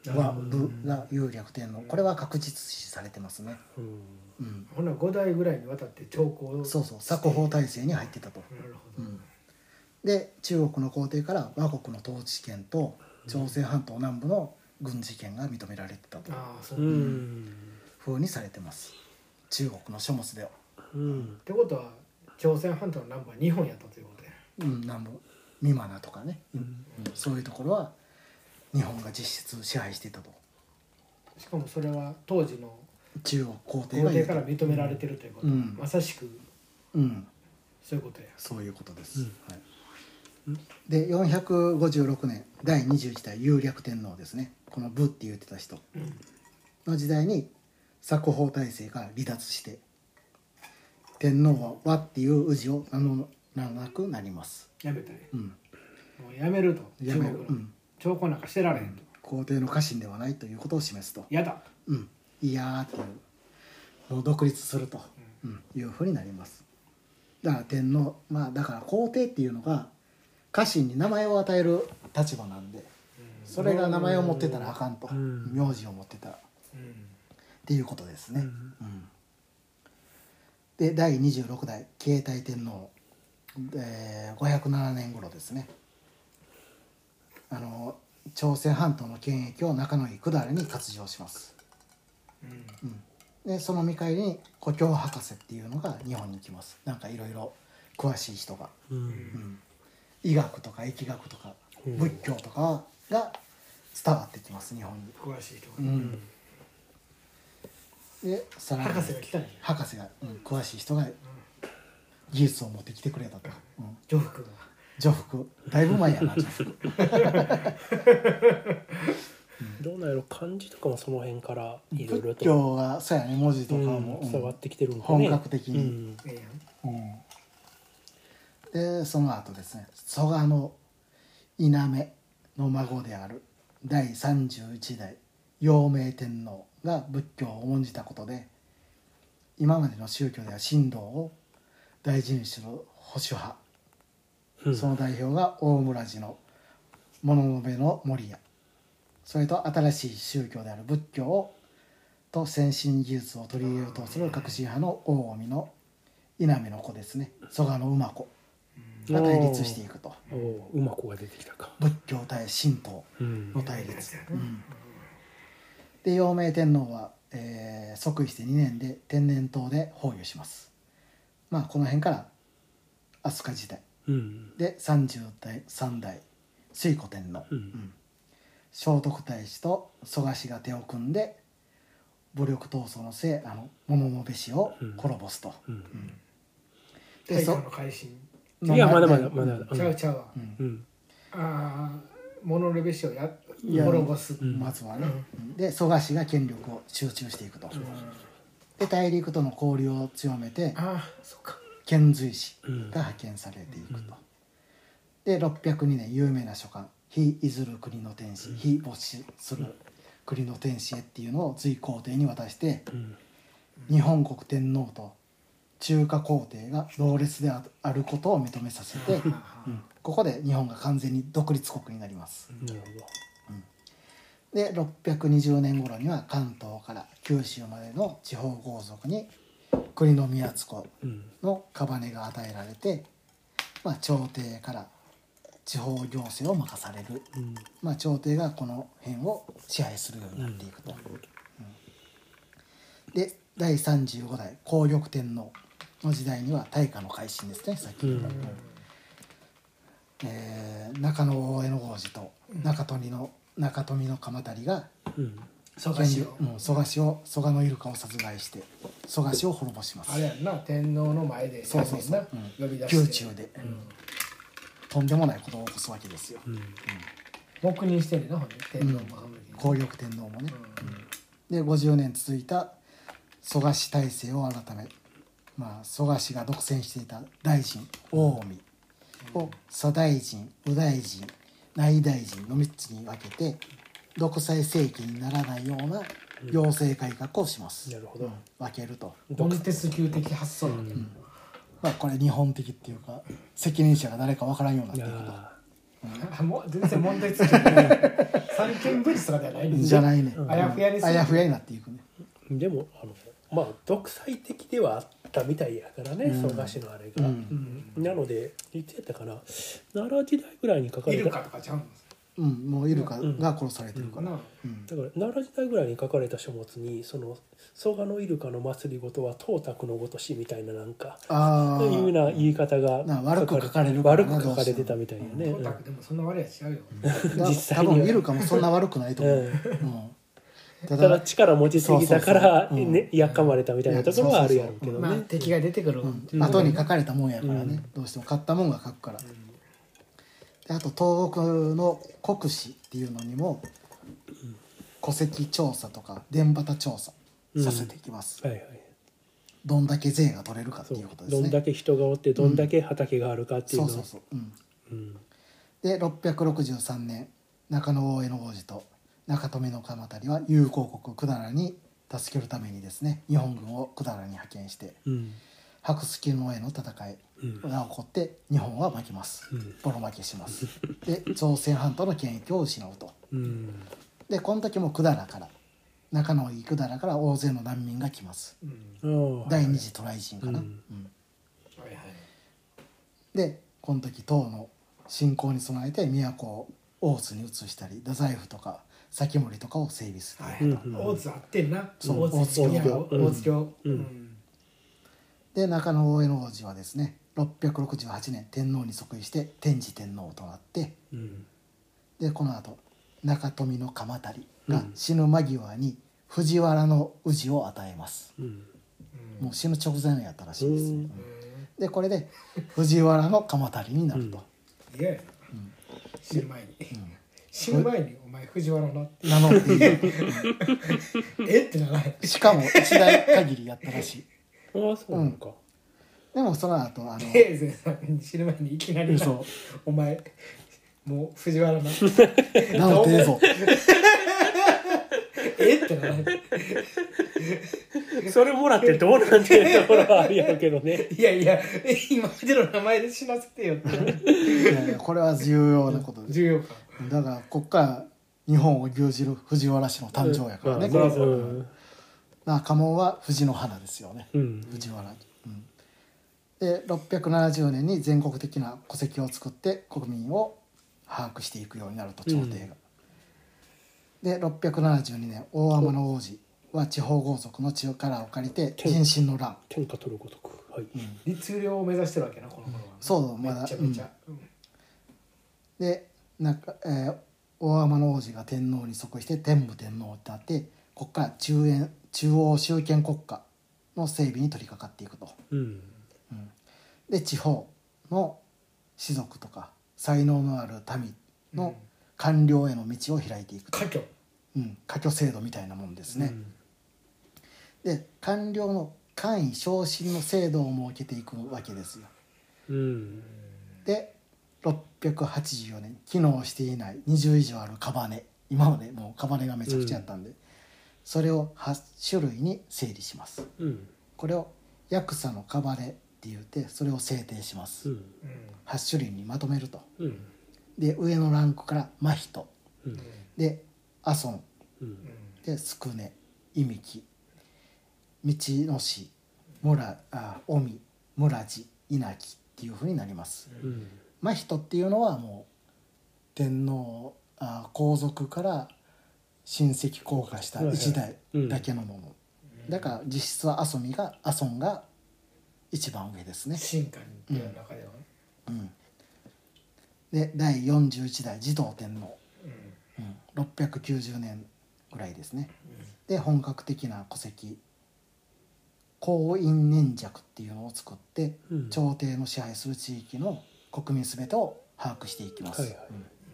Speaker 1: は武が有力天皇、これは確実視されてますね。
Speaker 3: うん
Speaker 1: うん、
Speaker 2: ほなご代ぐらいにわたって朝貢を
Speaker 1: そうそう作法体制に入ってたと。
Speaker 2: なるほど、
Speaker 1: うんで中国の皇帝から倭国の統治権と朝鮮半島南部の軍事権が認められてたと
Speaker 2: ああそうう、
Speaker 3: ん
Speaker 1: 風にされてます、中国の書物では。
Speaker 3: うん
Speaker 2: ってことは朝鮮半島の南部は日本やったということや。
Speaker 1: うん、南部三マとかね、
Speaker 3: うん
Speaker 1: うんそういうところは日本が実質支配していたと。
Speaker 2: しかもそれは当時の
Speaker 1: 中国皇帝
Speaker 2: 皇帝
Speaker 1: が言うと
Speaker 2: から認められてるということ、
Speaker 1: うん
Speaker 2: まさしく
Speaker 1: うん
Speaker 2: そういうことや。
Speaker 1: そういうことです、
Speaker 3: うん
Speaker 1: はいでよんひゃくごじゅうろくねんだいにじゅういち代有略天皇ですね、この武って言ってた人の時代に作法体制が離脱して天皇は和っていう氏を名乗らなくなります。
Speaker 2: やめたね。
Speaker 1: うん、
Speaker 2: もうやめると。
Speaker 1: やめる、
Speaker 2: 中国の
Speaker 1: うん、
Speaker 2: 朝貢なんかしてられへんと。
Speaker 1: 皇帝の家臣ではないということを示すと、
Speaker 2: やだ。
Speaker 1: うん、いやーっていうもう独立すると、うんいうふうになります。だから天皇まあだから皇帝っていうのが家臣に名前を与える立場なんで、それが名前を持ってたらあかんと、
Speaker 3: うん
Speaker 1: 名字を持ってたらっ
Speaker 2: うん
Speaker 1: ていうことですね。
Speaker 3: うん
Speaker 1: うんでだいにじゅうろく代慶太天皇、えーごひゃくななねん頃ですね、あの朝鮮半島の権益を仲のいい百済に割譲します。
Speaker 2: うん
Speaker 1: うんでその見返りに故郷博士っていうのが日本に来ます。なんかいろいろ詳しい人が、
Speaker 3: うん
Speaker 1: うん医学とか疫学とか
Speaker 3: うん
Speaker 1: 仏教とかが伝わってきます日本に。
Speaker 2: 詳しい人が、
Speaker 1: うんでさらに
Speaker 2: 博士が来たんや。
Speaker 1: 博士が、うん詳しい人が技術を持ってきてくれたと、うん、
Speaker 2: 女服が。
Speaker 1: 女服だいぶ前やな女服
Speaker 3: どうなんやろ、漢字とかもその辺からいろいろ
Speaker 1: 仏
Speaker 3: と
Speaker 1: 教がそうやね文字とかも、
Speaker 3: うん伝わってきてるんかね、
Speaker 1: 本格的に
Speaker 3: うん
Speaker 2: ええやん。
Speaker 1: うんでその後ですね蘇我の稲目の孫であるだいさんじゅういち代陽明天皇が仏教を重んじたことで今までの宗教では神道を大事にする保守派、
Speaker 3: うん
Speaker 1: その代表が大村寺の物部の守屋、それと新しい宗教である仏教をと先進技術を取り入れようとする革新派の大臣の稲目の子ですね蘇我の馬子が対立していくと。
Speaker 3: おおうま子が出てきたか、
Speaker 1: 仏教対神道
Speaker 3: うん
Speaker 1: の対立、うんで陽明天皇は、えー即位してにねんで天然痘で崩御します。まあこの辺から飛鳥時代
Speaker 3: うん
Speaker 1: でさんじゅうさん代推古天皇、
Speaker 3: うん
Speaker 1: うん聖徳太子と蘇我氏が手を組んで武力闘争の末あの桃部氏を滅ぼすと、
Speaker 3: うん
Speaker 1: でそ
Speaker 2: 大化の改新。
Speaker 3: いやまだまだまだ、うん
Speaker 2: ちゃうちゃうわ。
Speaker 3: うん
Speaker 2: ああ、モノレベシをや
Speaker 1: いや
Speaker 2: 滅ぼす。
Speaker 3: ん
Speaker 1: まずはね、うんで蘇我氏が権力を集中していくと、で大陸との交流を強めて
Speaker 2: ああ、そっか。
Speaker 1: 遣隋使
Speaker 3: うん
Speaker 1: が派遣されていくと、でろっぴゃくにねん有名な書簡「非いずる国の天使」「非没死する国の天使へ」っていうのを隋皇帝に渡して
Speaker 3: うん
Speaker 1: 日本国天皇と中華皇帝が同列であることを認めさせて、うんここで日本が完全に独立国になります。
Speaker 3: なるほ
Speaker 1: でろっぴゃくにじゅうねん頃には関東から九州までの地方豪族に国の宮津子
Speaker 3: ど、うん
Speaker 1: の姓が与えられて、まあ、朝廷から地方行政を任される、
Speaker 3: うん
Speaker 1: まあ、朝廷がこの辺を支配するようになっていくと、うんでだいさんじゅうご代皇玉天皇の時代には大化の改新ですねさっきの、
Speaker 3: うん
Speaker 1: えー中野大江の王子と中富の中富の鎌足が
Speaker 3: うん
Speaker 2: 蘇我氏を。
Speaker 1: うん蘇我氏を蘇我のイルカを殺害して蘇我氏を滅ぼします
Speaker 2: あれやんな、天皇の前で
Speaker 1: そうそうそう
Speaker 2: やんねんな呼び出して。
Speaker 1: 宮中で、とんでもないことを起こすわけですよ、
Speaker 3: うん
Speaker 2: 黙認してるな、ほんで天皇もその時に。
Speaker 1: 皇玉天皇もね、でごじゅうねん続いた蘇我氏体制を改め、まあ、蘇我氏が独占していた大臣大臣を左大臣右大臣内大臣のみっつに分けて独裁政権にならないような行政改革をします、
Speaker 3: なるほど、
Speaker 1: 分けると、
Speaker 2: モンテスキュー的発想なんだよ。
Speaker 1: まあ、これ日本的っていうか責任者が誰か分からんようになっていくと、
Speaker 3: あ
Speaker 2: あもう全然問題ついてない三権分立とかではないんです
Speaker 1: じゃないね、
Speaker 2: あやふやにする
Speaker 1: あやふやになっていくね。
Speaker 3: でもあのまあ独裁的ではあったみたいやからね、
Speaker 1: うん
Speaker 3: 蘇我氏のあれが、
Speaker 1: うん
Speaker 3: うんなのでいつやったかな奈良時代ぐらいに書かれた
Speaker 2: いるかとかちゃうんです
Speaker 1: うん、もうイルカが殺されてるから、
Speaker 2: かな。
Speaker 1: うん
Speaker 3: だから奈良時代ぐらいに書かれた書物にその蘇我のイルカの祭りごとは董卓のごとしみたいななんか
Speaker 1: あ
Speaker 3: いうような言い方が
Speaker 1: な悪く書かれるからな
Speaker 3: 悪く書かれてたみたいやね、
Speaker 2: トータクでもそんな悪いやつ違うよ。
Speaker 1: あ
Speaker 3: 実際には
Speaker 1: 多分イルカもそんな悪くないと思う、
Speaker 3: うん
Speaker 1: うんた
Speaker 3: ただ
Speaker 1: だ、
Speaker 3: 力持ちすぎたから
Speaker 1: そうそうそううん
Speaker 3: ねやっかまれたみたいなところはあるやろうけど
Speaker 2: まあ
Speaker 3: ね。
Speaker 2: 敵が出てくる。
Speaker 1: うん、後に書かれたもんやからね、どうしても買ったもんが書くから、であと東北の国史っていうのにも戸籍調査とか田畑調査させていきます、
Speaker 3: はいはい。
Speaker 1: どんだけ税が取れるかって
Speaker 3: そう
Speaker 1: いうことですね。
Speaker 3: どんだけ人がおってどんだけ畑があるかっていうのを
Speaker 1: そうそうそう、うん、
Speaker 3: うん
Speaker 1: でろっぴゃくろくじゅうさんねん中野大江の王子と中富の鎌足は友好国百済に助けるためにですね日本軍を百済に派遣して
Speaker 3: うん
Speaker 1: 白月のへの戦い
Speaker 3: うん
Speaker 1: が起こって日本は負けます、
Speaker 3: うん
Speaker 1: ボロ負けしますで朝鮮半島の権益を失うと。
Speaker 3: うん
Speaker 1: でこの時も百済から中野井百済から大勢の難民が来ます。
Speaker 2: うん
Speaker 3: ああ
Speaker 1: 第二次渡来人かな、
Speaker 3: うん
Speaker 1: うん
Speaker 2: はいはい。
Speaker 1: でこの時唐の侵攻に備えて都を大津に移したり太宰府とか先森とかを整備する、
Speaker 2: はい
Speaker 3: うん
Speaker 2: 大津合ってんな。
Speaker 1: そう
Speaker 2: 大津
Speaker 1: 大津
Speaker 2: 京。
Speaker 3: うん
Speaker 2: 大津京。
Speaker 3: うん
Speaker 2: うん
Speaker 1: で中野大江の王子はですねろっぴゃくろくじゅうはちねん天皇に即位して天智天皇となって、
Speaker 3: うん
Speaker 1: でこの後中富の鎌足が死ぬ間際に藤原の氏を与えます。
Speaker 3: うん
Speaker 1: もう死ぬ直前やったらしいですよ、
Speaker 3: うん
Speaker 1: うんでこれで藤原の鎌足になると、
Speaker 2: いやいや死ぬ前に死ぬ前にお前藤原の
Speaker 1: 名乗っている
Speaker 2: えってならない。
Speaker 1: しかも一代限りやったらしい。
Speaker 3: ああそうなのか
Speaker 1: でもその後あの
Speaker 2: 平然さん死ぬ前にいきなりな
Speaker 1: 嘘
Speaker 2: お前もう藤原な
Speaker 1: 名乗ってええぞ
Speaker 2: えってならない。
Speaker 3: それもらってどうなんていうところはあるやろうけどね
Speaker 2: いやいや今までの名前で死なせてよって
Speaker 1: いやいやこれは重要なことです。
Speaker 2: 重要か。
Speaker 1: だからこっから日本を牛耳る藤原氏の誕生やからね、
Speaker 3: うん
Speaker 1: これは
Speaker 3: うん
Speaker 1: だから家紋は藤の花ですよね、
Speaker 3: うん
Speaker 1: 藤原、うん、でろっぴゃくななじゅうねんに全国的な戸籍を作って国民を把握していくようになると朝廷が、でろっぴゃくななじゅうにねん大天の王子は地方豪族の力を借りて人心の乱、
Speaker 3: 天下取るごとくはい
Speaker 2: 律令を目指してるわけなこの頃は。
Speaker 1: そうまだ
Speaker 2: めちゃめちゃ。うん
Speaker 1: でなんか、えー大天の王子が天皇に即位して天武天皇となってここから中央中央集権国家の整備に取り掛かっていくと。
Speaker 3: うん
Speaker 1: で地方の士族とか才能のある民の官僚への道を開いていくと、
Speaker 2: 科挙。
Speaker 1: うん、科挙制度みたいなもんですね。で官僚の官位昇進の制度を設けていくわけですよ。
Speaker 3: うん
Speaker 1: でろっぴゃくはちじゅうよねん機能していないにじゅう以上あるカバネ今までもうカバネがめちゃくちゃやったんで、それをはち種類に整理します。
Speaker 3: うん
Speaker 1: これを役者のカバネって言ってそれを制定します、
Speaker 3: うん
Speaker 1: はち種類にまとめると。
Speaker 3: うん
Speaker 1: で上のランクから真人
Speaker 3: うん
Speaker 1: で阿孫
Speaker 3: うん
Speaker 1: で宿根伊幹道の市村あ尾身村地稲城っていうふうになります。
Speaker 3: うん
Speaker 1: 真人っていうのはもう天皇あ皇族から親戚降下した一代だけのもの、だから実質は阿蘇が阿孫が一番上ですね。
Speaker 2: 進化にっていう中では。
Speaker 1: うん、でだいよんじゅういち代持統天皇、
Speaker 2: うん
Speaker 1: うん、ろっぴゃくきゅうじゅうねんぐらいですね。で本格的な戸籍公院年弱っていうのを作って、
Speaker 3: うん
Speaker 1: 朝廷の支配する地域の国民全てを把握していきます。
Speaker 3: はいはい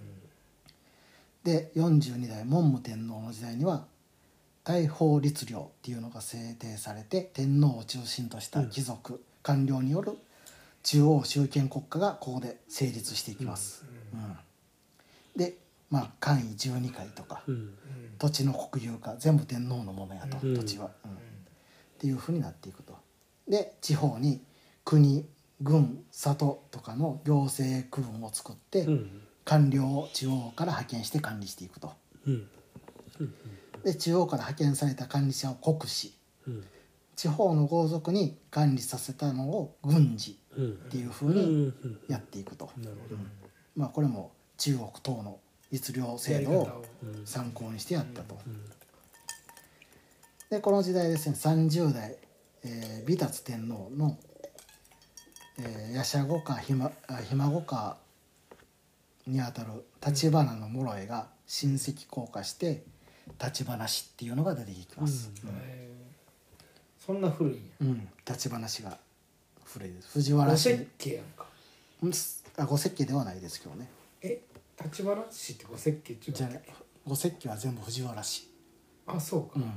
Speaker 1: でよんじゅうに代文武天皇の時代には大法律令っていうのが制定されて天皇を中心とした貴族、官僚による中央集権国家がここで成立していきます。うんでまあ官位じゅうにかいとか、
Speaker 3: うん
Speaker 1: 土地の国有化全部天皇のものやと、
Speaker 3: うん
Speaker 1: 土地は、うんっていうふうになっていくと。で地方に国郡里とかの行政区分を作って、
Speaker 3: うん
Speaker 1: 官僚を中央から派遣して管理していくと。
Speaker 3: うん
Speaker 1: で中央から派遣された管理者を国司、
Speaker 3: うん
Speaker 1: 地方の豪族に管理させたのを軍事
Speaker 3: うん
Speaker 1: っていうふう
Speaker 3: うんう
Speaker 1: に
Speaker 3: ん
Speaker 1: やっていくと。
Speaker 3: なるほど
Speaker 1: まあこれも中国等の律令制度を
Speaker 3: うん
Speaker 1: 参考にしてやったと。
Speaker 3: うん
Speaker 1: でこの時代ですねさんじゅう代、えー、美達天皇の、えー、夜叉五家ひまあひ孫家にあたる橘の諸江が親戚降下して橘氏っていうのが出てきます。
Speaker 2: へーそんな古いんや
Speaker 1: うん、うん、橘氏が古いです。藤原
Speaker 2: 五
Speaker 1: 氏
Speaker 2: 石家やんか。
Speaker 1: うんあ五石家ではないですけどね。
Speaker 2: え立花市って五石家って
Speaker 1: じゃあ
Speaker 2: 言うの
Speaker 1: 五石家は全部藤原氏。
Speaker 2: あそうか、
Speaker 1: うん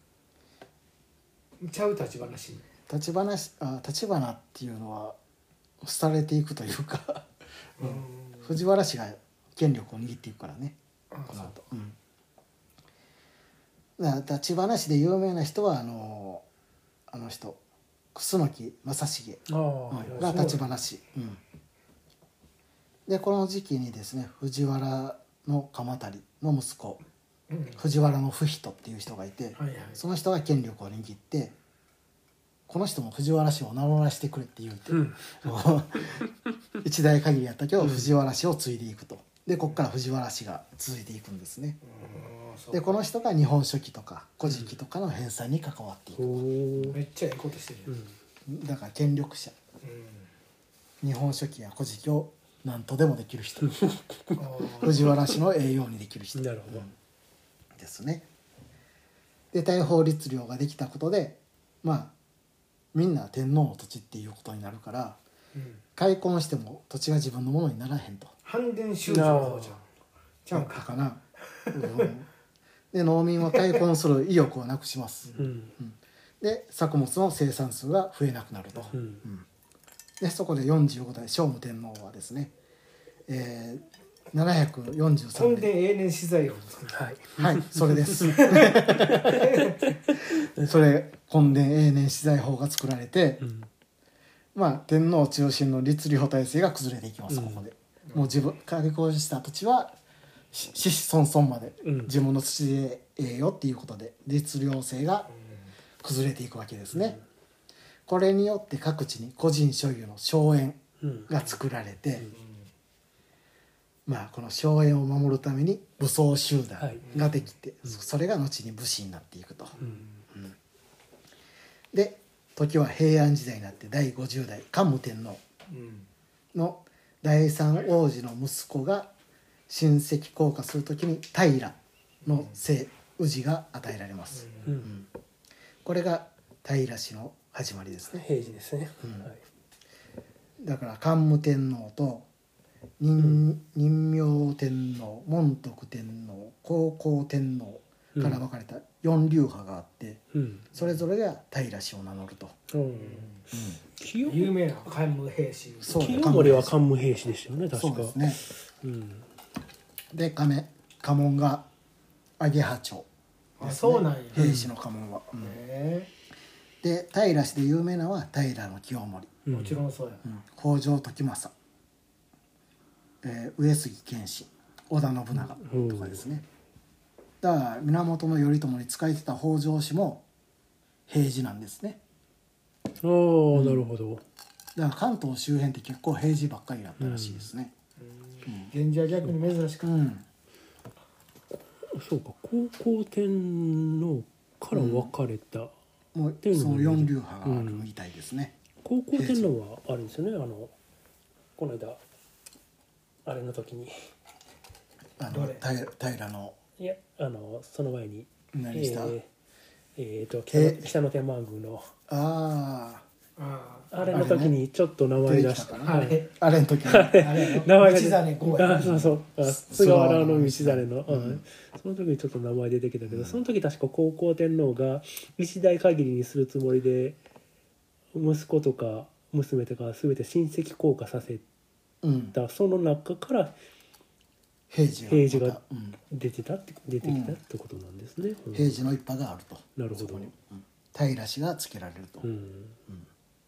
Speaker 2: ちゃう立花市
Speaker 1: 立花氏あ立花っていうのは廃れていくというか
Speaker 2: うん
Speaker 1: 藤原氏が権力を握っていくからね
Speaker 2: あ
Speaker 1: この
Speaker 2: そう
Speaker 1: 後、うん、だから立花氏で有名な人はあのあの人楠木正成
Speaker 3: ああ
Speaker 1: が立花氏、うん、でこの時期にですね藤原の鎌足の息子
Speaker 2: うん
Speaker 1: 藤原の不人っていう人がいて、
Speaker 2: はいはい
Speaker 1: その人が権力を握ってこの人も藤原氏を名乗らせてくれって言うて、
Speaker 3: うん
Speaker 1: 一代限りやったけど藤原氏を継いでいくと。でここから藤原氏が続いていくんですね。
Speaker 2: うんそう
Speaker 1: でこの人が日本書紀とか古事記とかの編纂に関わっていく、
Speaker 3: おー
Speaker 2: めっちゃええことしてる
Speaker 3: う
Speaker 2: やん
Speaker 3: ん
Speaker 1: だから権力者
Speaker 2: うん
Speaker 1: 日本書紀や古事記を何とでもできる人
Speaker 2: あー
Speaker 1: 藤原氏の栄養にできる人
Speaker 3: なるほど
Speaker 1: ですね。で大法律令ができたことでまあみんな天皇の土地っていうことになるから
Speaker 2: うん
Speaker 1: 開墾しても土地が自分のものにならへんと。
Speaker 2: 反伝修正の方じゃんちゃうか
Speaker 1: だったかな、うんで農民は開墾する意欲をなくします。
Speaker 3: うん
Speaker 1: で作物の生産数が増えなくなると。
Speaker 3: うん
Speaker 1: でそこでよんじゅうご代聖武天皇はですね、えー、ななひゃくよんじゅうさん
Speaker 2: 本
Speaker 1: 年
Speaker 2: 殿永年資材を作る
Speaker 3: はい
Speaker 1: はいそれですそれ本殿永年資材法が作られて、
Speaker 3: うん
Speaker 1: まあ天皇中心の律令体制が崩れていきます、
Speaker 3: うん
Speaker 1: ここでもう自分開墾した土地はし子々孫々まで
Speaker 3: うん
Speaker 1: 自分の土でええよっていうことで律令制が崩れていくわけですね、これによって各地に個人所有の荘園
Speaker 3: うん
Speaker 1: が作られて、まあこの荘園を守るために武装集団ができて、そそれが後に武士になっていくと、
Speaker 3: うん
Speaker 1: で時は平安時代になってだいごじゅう代桓武天皇
Speaker 2: うん
Speaker 1: の第三王子の息子が親戚降下するときに平の姓氏が与えられます、
Speaker 3: うん
Speaker 1: これが平氏の始まりですね。
Speaker 3: 平時ですね
Speaker 1: うん
Speaker 3: はい
Speaker 1: だから桓武天皇と任任明天皇門徳天皇高皇天皇から分かれた四流派があって、
Speaker 3: うん
Speaker 1: それぞれが平氏を名乗ると、
Speaker 3: うん清
Speaker 2: 有名な桓武兵士
Speaker 1: そう
Speaker 3: 清盛は桓武兵士でしたよね確か
Speaker 1: そうですね。
Speaker 3: うん
Speaker 1: で家め家紋が揚羽町
Speaker 2: あそうなんや
Speaker 1: 平氏の家紋は、うん
Speaker 2: へ
Speaker 1: で平氏で有名なのは平清盛、
Speaker 2: えもちろんそうや
Speaker 1: うん、北条時政、えー上杉謙信織田信長とかですね、だから源頼朝に仕えてた北条氏も平氏なんですね。
Speaker 3: ああなるほど
Speaker 1: だから関東周辺って結構平氏ばっかりだったらしいですね。
Speaker 2: 源氏は逆に珍しく
Speaker 1: うん、
Speaker 3: そうか高校天皇から分かれた
Speaker 1: もうその四流派があるみたいですね。
Speaker 3: 高校天皇はあれですよねあのこの間あれの時に
Speaker 1: あ
Speaker 2: どれ
Speaker 1: の平平の
Speaker 3: いやあのその前に
Speaker 1: 何した、
Speaker 3: えーえーと北の
Speaker 1: え
Speaker 3: 北の天満宮の
Speaker 1: あ
Speaker 2: あ
Speaker 3: あれの時にちょっと名
Speaker 1: あ
Speaker 3: 前出して
Speaker 1: 出てきたかな、
Speaker 2: あれ
Speaker 1: あれの時に
Speaker 2: あれやろ
Speaker 3: 名前が
Speaker 2: 道真公園
Speaker 3: あそうそうあ
Speaker 1: す
Speaker 3: 菅原道真の、
Speaker 1: うん
Speaker 3: うんその時にちょっと名前出てきたけど、その時確か高校天皇が一代限りにするつもりで息子とか娘とか全て親戚降下させ
Speaker 1: うん、
Speaker 3: たその中から
Speaker 1: 平治
Speaker 3: 平治が
Speaker 1: またうん、
Speaker 3: 出てたって出てきたってことなんですね。うん
Speaker 1: 平治の一派があると。
Speaker 3: なるほど
Speaker 1: そこに、うん平氏がつけられると。
Speaker 3: うん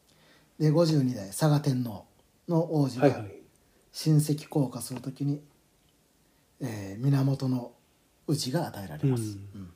Speaker 1: でごじゅうに代嵯峨天皇の王子が
Speaker 3: はいはい
Speaker 1: 親戚降下するときにえー源の氏が与えられます、
Speaker 3: うん
Speaker 1: うん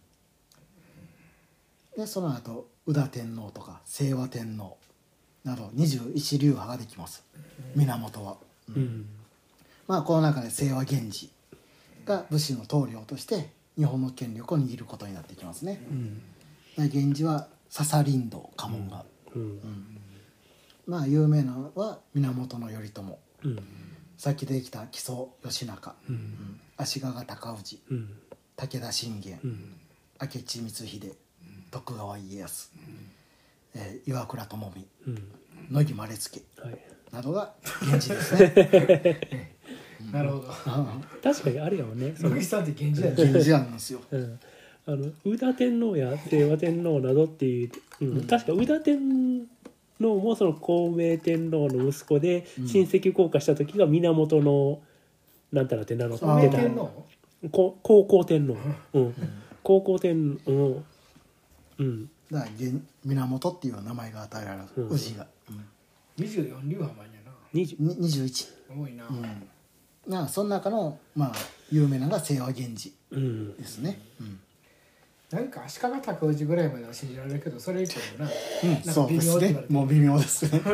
Speaker 1: でその後宇田天皇とか清和天皇などにじゅういち流派ができます、源は、うん
Speaker 3: うん
Speaker 1: まあこの中で清和源氏が武士の棟梁として日本の権力を握ることになってきますね、
Speaker 3: うん
Speaker 1: で源氏は笹林道家紋が、
Speaker 3: うん
Speaker 1: うんまあ有名なのは源頼朝、
Speaker 3: うん
Speaker 1: さっきできた木曽義仲、
Speaker 3: うん
Speaker 1: うん足利尊氏、
Speaker 3: うん
Speaker 1: 武田信玄、
Speaker 3: うん
Speaker 1: 明智光秀、徳川家康、えー岩倉具視、
Speaker 3: うん
Speaker 1: 乃木希助
Speaker 3: はい
Speaker 1: などが源氏ですね
Speaker 2: なるほど。
Speaker 3: 確かにあれやもんねその
Speaker 2: 野口さんって源氏だよね。
Speaker 1: 源氏なんですよ
Speaker 3: うんあの宇田天皇や清和天皇などっていう、うん確か宇田天皇もその孝明天皇の息子で
Speaker 1: うん
Speaker 3: 親戚降下した時が源のなんたらって名乗って
Speaker 1: あー
Speaker 3: た
Speaker 2: 天皇？
Speaker 3: こ高校天皇、うん、高校天皇、うん、
Speaker 1: だから源源っていう名前が与えられる、
Speaker 3: うん
Speaker 1: 氏が、うん
Speaker 2: 二十四流派もあるんやな。
Speaker 3: にじゅう
Speaker 1: ににじゅういち、
Speaker 2: 多いな。
Speaker 1: うん、なあその中のまあ有名なのが清和源氏
Speaker 3: うん
Speaker 1: ですね、うん
Speaker 2: なんか足利尊氏ぐらいまでは信じられるけど、それ以降もな。
Speaker 1: うん、
Speaker 2: なんか
Speaker 1: そうです
Speaker 2: 微妙って言われて
Speaker 1: ねもう微妙ですね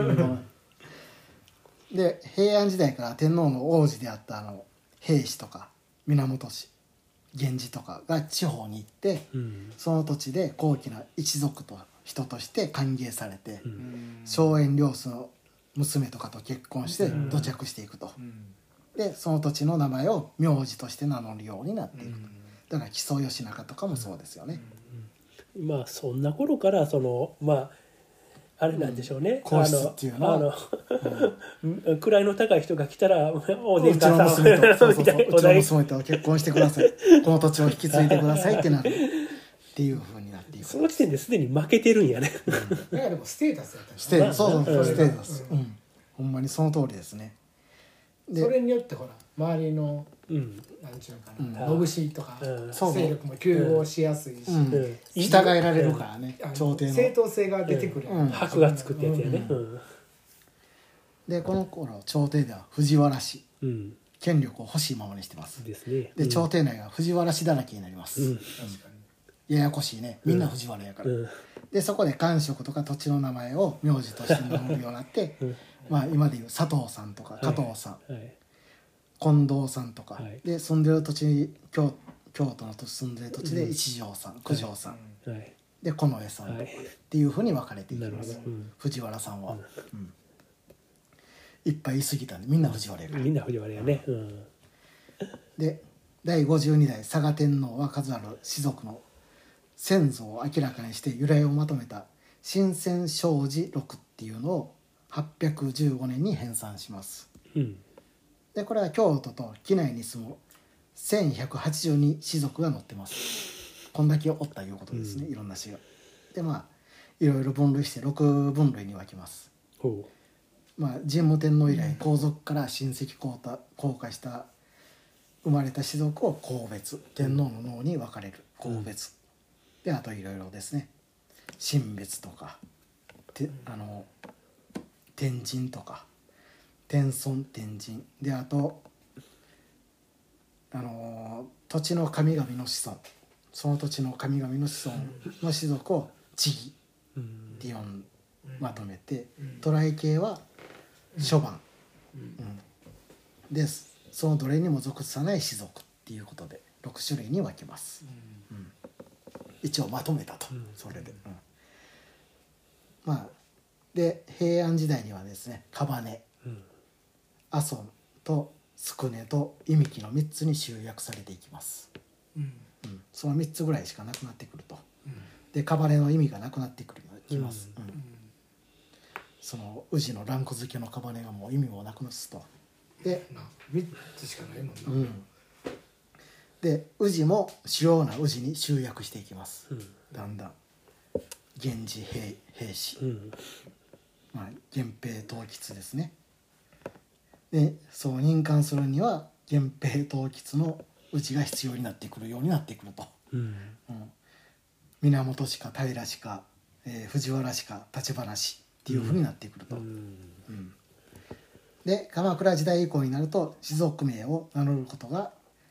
Speaker 1: で平安時代から天皇の皇子であったあの平氏とか源氏源氏とかが地方に行って
Speaker 3: うん
Speaker 1: その土地で高貴な一族と人として歓迎されて、
Speaker 3: う
Speaker 2: うんん
Speaker 1: 荘園領主の娘とかと結婚して
Speaker 3: うん
Speaker 1: 土着していくと、
Speaker 2: うん
Speaker 1: でその土地の名前を名字として名乗るようになっていく、
Speaker 2: うん
Speaker 1: だから木曽義仲とかもそうですよね、
Speaker 3: まあそんな頃からそのまああれなんでしょうね、
Speaker 1: 皇室っていうのは
Speaker 3: あのあの位の高い人が来たらお
Speaker 1: う
Speaker 3: 殿
Speaker 1: ちの
Speaker 3: 下さん
Speaker 1: 娘とそうそう
Speaker 3: み
Speaker 1: そううちの
Speaker 3: たいなお題
Speaker 1: 娘と結婚してくださいこの土地を引き継いでくださいってなるっていうふうになっていく
Speaker 3: その時点ですでに負けてるんやね。
Speaker 2: だからでもステータスやったん
Speaker 1: ステータスそうそう
Speaker 3: うん
Speaker 1: ステータス、うん、ほんまにその通りですねで
Speaker 2: それによってほら周りの
Speaker 3: うん
Speaker 2: なんちゅうのかな、
Speaker 3: うん
Speaker 2: 野節とか
Speaker 3: うん
Speaker 1: そうそう
Speaker 2: 勢力も融合しやすいし、
Speaker 1: うん
Speaker 3: うん
Speaker 1: 従えられるからね、
Speaker 2: あの
Speaker 1: 朝廷の
Speaker 2: 正当性が出てくるやん、
Speaker 1: うん
Speaker 3: 箔がつくってやつやね。うん
Speaker 1: でこの頃朝廷では藤原氏
Speaker 3: うん
Speaker 1: 権力を欲しいままにしてます
Speaker 3: ですね。
Speaker 1: で朝廷内が藤原氏だらけになります、
Speaker 3: うん
Speaker 2: 確か
Speaker 1: ややこしいねみんな藤原やから、
Speaker 3: うん
Speaker 1: でそこで官職とか土地の名前を名字として名乗るようになって、
Speaker 3: うん
Speaker 1: まあ今でいう佐藤さんとか加藤さん、
Speaker 3: はい
Speaker 1: 近藤さんとか、
Speaker 3: はい
Speaker 1: で住んでる土地京京都の土地住んでる土地で一条さん、九条さん、
Speaker 3: はい
Speaker 1: で近衛さんとか、
Speaker 3: はい
Speaker 1: っていうふうに分かれていき
Speaker 3: なる
Speaker 1: ます、
Speaker 3: ほど。うん
Speaker 1: 藤原さんは、うんいっぱい言い過ぎたんでみんな藤原やから、
Speaker 3: みんな藤原やね。うん
Speaker 1: でだいごじゅうに代嵯峨天皇は数ある士族の先祖を明らかにして由来をまとめた「新鮮正治録」っていうのをはっぴゃくじゅうごねんに編纂します
Speaker 3: うん
Speaker 1: でこれは京都と畿内に住むせんひゃくはちじゅうに士族が載ってますこんだけおったいうことですね、
Speaker 3: うん
Speaker 1: いろんな氏がでまあいろいろ分類してろく分類に分けます
Speaker 3: ほ
Speaker 1: まあ神武天皇以来皇族から親戚降下降下した生まれた士族を皇別天皇の脳に分かれる皇別、であといろいろですね神別とかてあの天神とか天孫天神であとあの土地の神々の子孫その土地の神々の子孫の士族を地義
Speaker 3: う。うん
Speaker 1: って呼んまとめて
Speaker 2: うん
Speaker 1: 渡来系は諸番、
Speaker 2: うん
Speaker 1: うんでそのどれにも属さない士族っていうことでろく種類に分けます、うん一応まとめたと、
Speaker 3: うん
Speaker 1: それで、うんまあで平安時代にはですね蒲根
Speaker 3: うん
Speaker 1: 阿蘇と宿根と伊幹のみっつに集約されていきます、
Speaker 2: うん
Speaker 1: うん、そのみっつぐらいしかなくなってくると
Speaker 2: うん
Speaker 1: で蒲根の意味がなくなってくるきます、
Speaker 3: うん
Speaker 1: うん
Speaker 2: うん
Speaker 1: その宇治のランク付けの蒲根がもう意味もなくなすとで、
Speaker 2: なみっつしかないもんな、
Speaker 1: うん、で宇治も主要な宇治に集約していきます
Speaker 3: うん
Speaker 1: だんだん源氏平平氏、
Speaker 3: うん
Speaker 1: まあ、源平統一ですねでそう任官するには源平統一の宇治が必要になってくるようになってくると、
Speaker 3: うん
Speaker 1: うん、源氏か平氏か、えー藤原氏か立花氏っていうふうになってくると、
Speaker 3: うん
Speaker 1: うんで鎌倉時代以降になると士族名を名乗ることが、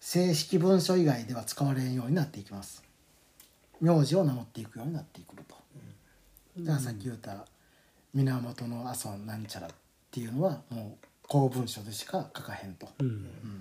Speaker 1: 正式文書以外では使われんようになっていきます。名字を名乗っていくようになってくると、うん、だからさっき言った源の阿孫なんちゃらっていうのはもう公文書でしか書かへんと、うんうん、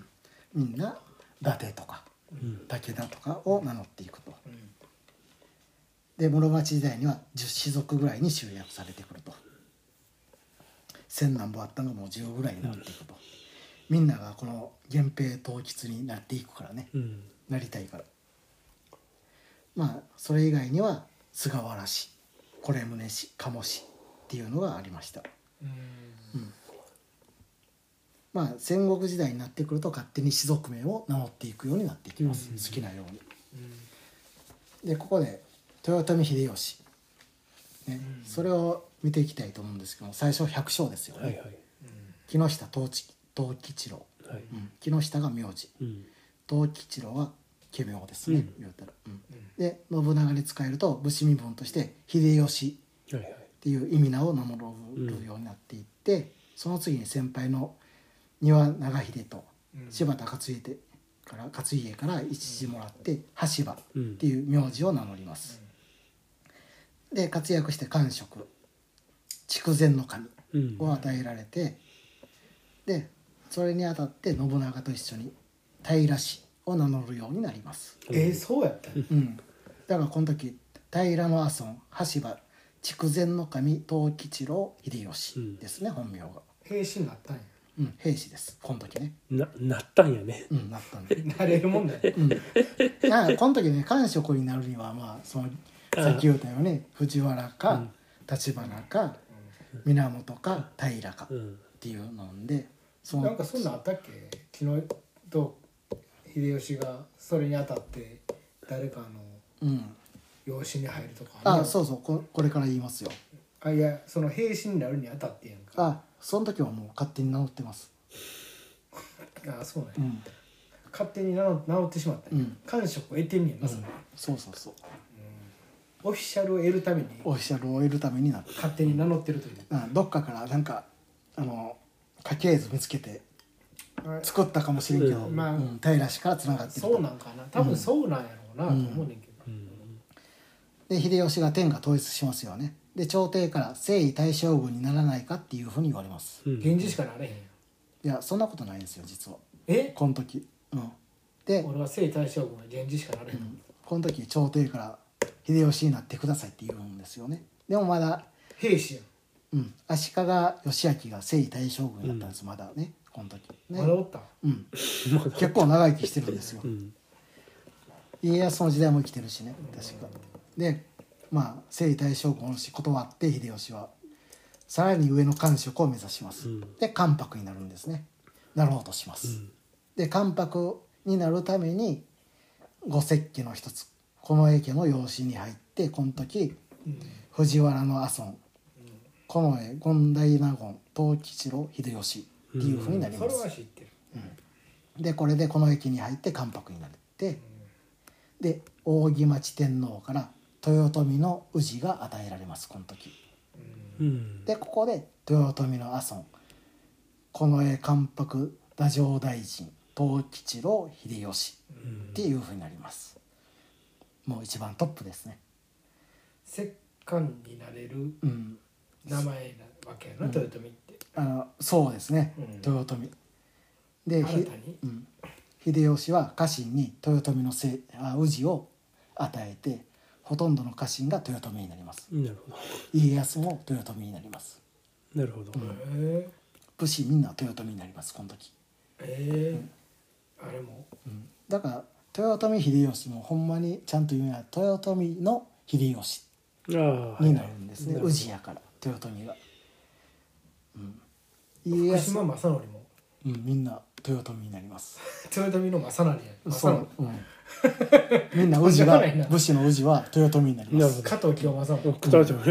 Speaker 1: みんな伊達とか、うん、武田とかを名乗っていくと、うん、で室町時代にはじゅっ氏族ぐらいに集約されてくると、千何本あったのがもうじゅうぐらいになっていくと、うん、みんながこの源平統一になっていくからね、うん、なりたいから。まあそれ以外には菅原氏、是宗氏、鴨氏っていうのがありました。うん、うん、まあ戦国時代になってくると勝手に氏族名を名乗っていくようになっていきます、うん、好きなように、うん、でここで豊臣秀吉、ね、うん、それを見ていきたいと思うんですけども、最初百姓ですよね、はいはい、木下藤吉郎、はい、うん、木下が名字、うん、藤吉郎は家名ですね、うん、言うたら、うん、で信長に仕えると武士身分として秀吉っていう意味名を名乗るようになっていって、うん、その次に先輩の丹羽長秀と柴田勝家から勝家から一字もらって羽柴っていう名字を名乗ります、うん、で活躍して官職筑前の神を与えられて、うん、でそれにあたって信長と一緒に平氏を名乗るようになります。
Speaker 2: えー、そうやった、
Speaker 1: うん、だからこの時平の阿孫、羽柴、筑前の神、藤吉郎、秀吉ですね、うん、本名が
Speaker 2: 兵士になったんや。
Speaker 1: うん、兵士ですこの時ね。
Speaker 3: な, なったんやね。
Speaker 1: うん、なったんで
Speaker 2: なれるもんだよ、うん、だ
Speaker 1: からこの時ね官職になるにはまあそのさっき言ったように藤原か立花か源か平かっていうので、
Speaker 2: そのなんかそんなんあったっけ、昨日と秀吉がそれにあたって誰かの養子に入るとか、
Speaker 1: うん、あそうそう こ, これから言いますよ。
Speaker 2: あいやその兵士になるにあたってやんか。
Speaker 1: あその時はもう勝手に名乗ってます。
Speaker 2: あそうね、うん、勝手に名乗名乗ってしまった、うん、官職を得てんねんな、うん、
Speaker 1: そうそうそう、
Speaker 2: うん、オフィシャルを得るために
Speaker 1: オフィシャルを得るためになって
Speaker 2: 勝手に名乗ってるという、
Speaker 1: うん、どっかからなんかあの家系図見つけて作ったかもしれんけど、うんまあうん、平氏からつながってる。
Speaker 2: そうなんかな、多分そうなんやろうな、うん、と思うねんけど、うん、
Speaker 1: で秀吉が天下統一しますよね。で朝廷から征夷大将軍にならないかっていうふうに言われます、
Speaker 2: うん、源氏しかなれへんやん。
Speaker 1: いやそんなことないんですよ実は。
Speaker 2: え
Speaker 1: この時、うん、
Speaker 2: で俺は征夷大将軍は源氏しかなれへん、うん、
Speaker 1: この時朝廷から秀吉になってくださいって言うんですよね。でもまだ
Speaker 2: 兵士やん、
Speaker 1: うん、足利義昭が征夷大将軍だったんです、うん、まだねこの時ね。
Speaker 2: まだおった、
Speaker 1: うん、結構長生きしてるんですよ、うん、家康の時代も生きてるしね確かで、まあ征夷大将軍を断って秀吉はさらに上の官職を目指します、うん、で関白になるんですね。なろうとします、うん、で関白になるために五石家の一つ近衛家の養子に入って、この時、うん、藤原の阿孫、近衛権大納言藤吉郎秀吉っていうふうになります、うん、
Speaker 2: それは知ってる、
Speaker 1: うん、でこれで近衛家に入って関白になって、うん、で扇町天皇から豊臣の氏が与えられますこの時、うん、でここで豊臣の阿孫近衛関白太政大臣藤吉郎秀吉っていうふうになります、もう一番トップですね。
Speaker 2: 摂関になれる名前なわけやな、うん、豊臣って
Speaker 1: あのそうですね、うん、豊臣で
Speaker 2: 新たに、
Speaker 1: うん、秀吉は家臣に豊臣のせあ氏を与えてほとんどの家臣が豊臣になります。
Speaker 3: なるほど。
Speaker 1: 家康も豊臣になります。
Speaker 3: なるほど、
Speaker 1: うん、武士みんな豊臣になりますこの時。
Speaker 2: えーうん、あれも、
Speaker 1: うん、だから豊臣秀吉もほんまにちゃんと言うのは豊臣の秀吉になるんですね、氏やから豊臣が、
Speaker 2: うん、家康福島正則も、
Speaker 1: うん、みんな豊臣になります
Speaker 2: 豊臣の正則やそう、うん、
Speaker 1: みんな氏が武士の氏は豊臣になります。
Speaker 2: 加藤清正も、うん、
Speaker 3: 豊臣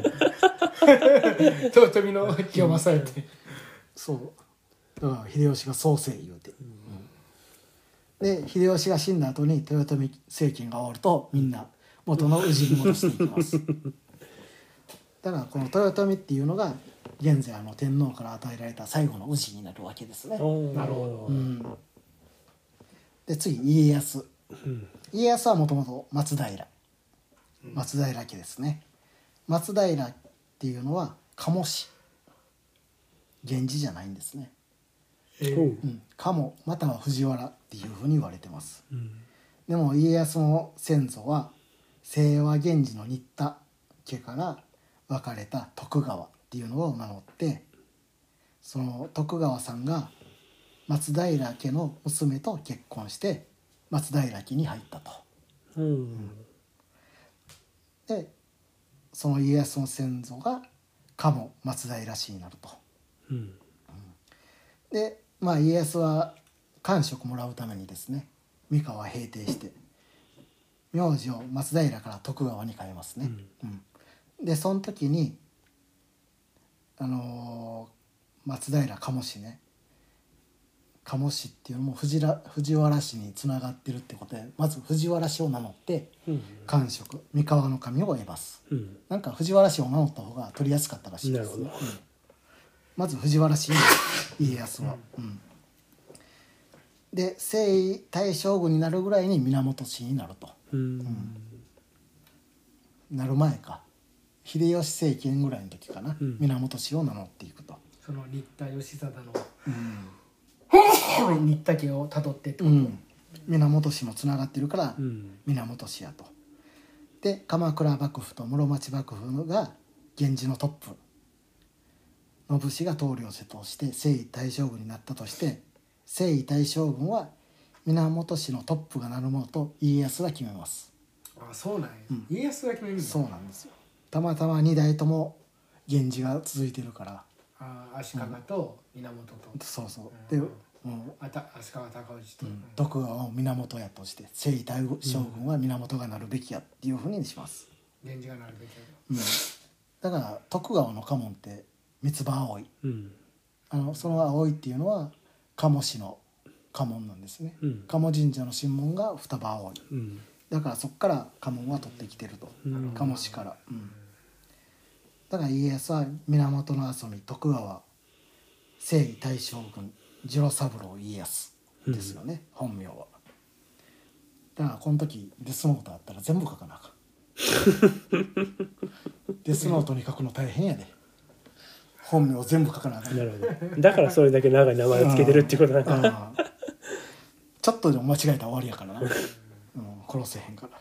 Speaker 2: の清正やって、
Speaker 1: そうだから秀吉が創世言うて、うん、で秀吉が死んだ後に豊臣政権が終わるとみんな元の氏に戻していきますだからこの豊臣っていうのが現在あの天皇から与えられた最後の氏になるわけですね。
Speaker 2: なるほど、
Speaker 1: うん、 で次家康。
Speaker 3: うん
Speaker 1: 家康はもともと松平松平家ですね。松平っていうのは鴨氏、源氏じゃないんですね。
Speaker 2: え
Speaker 3: ほう
Speaker 1: うん、鴨または藤原っていうふうに言われてます。
Speaker 3: うん
Speaker 1: でも家康の先祖は清和源氏の新田家から分かれた徳川っていうのを名乗って、その徳川さんが松平家の娘と結婚して松平家に入ったと。
Speaker 3: うん
Speaker 1: でその家康の先祖が鴨松平氏になると。
Speaker 3: うん
Speaker 1: でまあ家康は官職もらうためにですね三河平定して名字を松平から徳川に変えますね。うんでその時にあのー松平鴨氏ね、鴨氏っていうのも藤ら藤原氏につながってるってことで、まず藤原氏を名乗って
Speaker 3: うん
Speaker 1: 官職三河の神を得ます。
Speaker 3: うん
Speaker 1: なんか藤原氏を名乗った方が取りやすかったらしいですね。
Speaker 3: なるほど
Speaker 1: うんまず藤原氏に家康は、うんで征夷大将軍になるぐらいに源氏になると。
Speaker 3: うん
Speaker 1: なる前か秀吉政権ぐらいの時かな、
Speaker 3: うん
Speaker 1: 源氏を名乗っていくと。
Speaker 2: その新田義貞
Speaker 1: うん
Speaker 2: の新田家をたどってってこと、
Speaker 1: うん、源氏もつながってるから
Speaker 3: うん
Speaker 1: 源氏やと。で鎌倉幕府と室町幕府が源氏のトップ信氏が統領瀬として征夷大将軍になったとして、征夷大将軍は源氏のトップがなるものと家康が決めます。
Speaker 2: あそうなんや、
Speaker 1: うん
Speaker 2: 家康が決めるんだ。
Speaker 1: そうなんですよ。たまたまに代とも源氏が続いてるから。
Speaker 2: あ足利と源と、
Speaker 1: そうそう
Speaker 2: うん
Speaker 1: で、うん
Speaker 2: あた足利尊氏と、
Speaker 1: うん、徳川を源やとして征夷大将軍は源がなるべきやっていうふうにします。
Speaker 2: 源氏がなるべきや
Speaker 1: うん、だから徳川の家紋って三つ葉葵、
Speaker 3: うん
Speaker 1: あのその葵っていうのは鴨氏の家紋なんですね。
Speaker 3: うん
Speaker 1: 鴨神社の神門が双葉葵
Speaker 3: うん
Speaker 1: だからそこから家紋は取ってきてると、
Speaker 3: うん
Speaker 1: 鴨氏から、うん、だから家康は源の遊び徳川征夷大将軍次郎三郎家康ですよね、本名は。だからこの時デスノートあったら全部書かなあかんデスノートに書くの大変やで、本名全部書かなあかん。
Speaker 3: なるほど。だからそれだけ長い名前をつけてるっていうことなんか。
Speaker 1: うんうんちょっとでも間違えたら終わりやからな、うん、殺せへんから、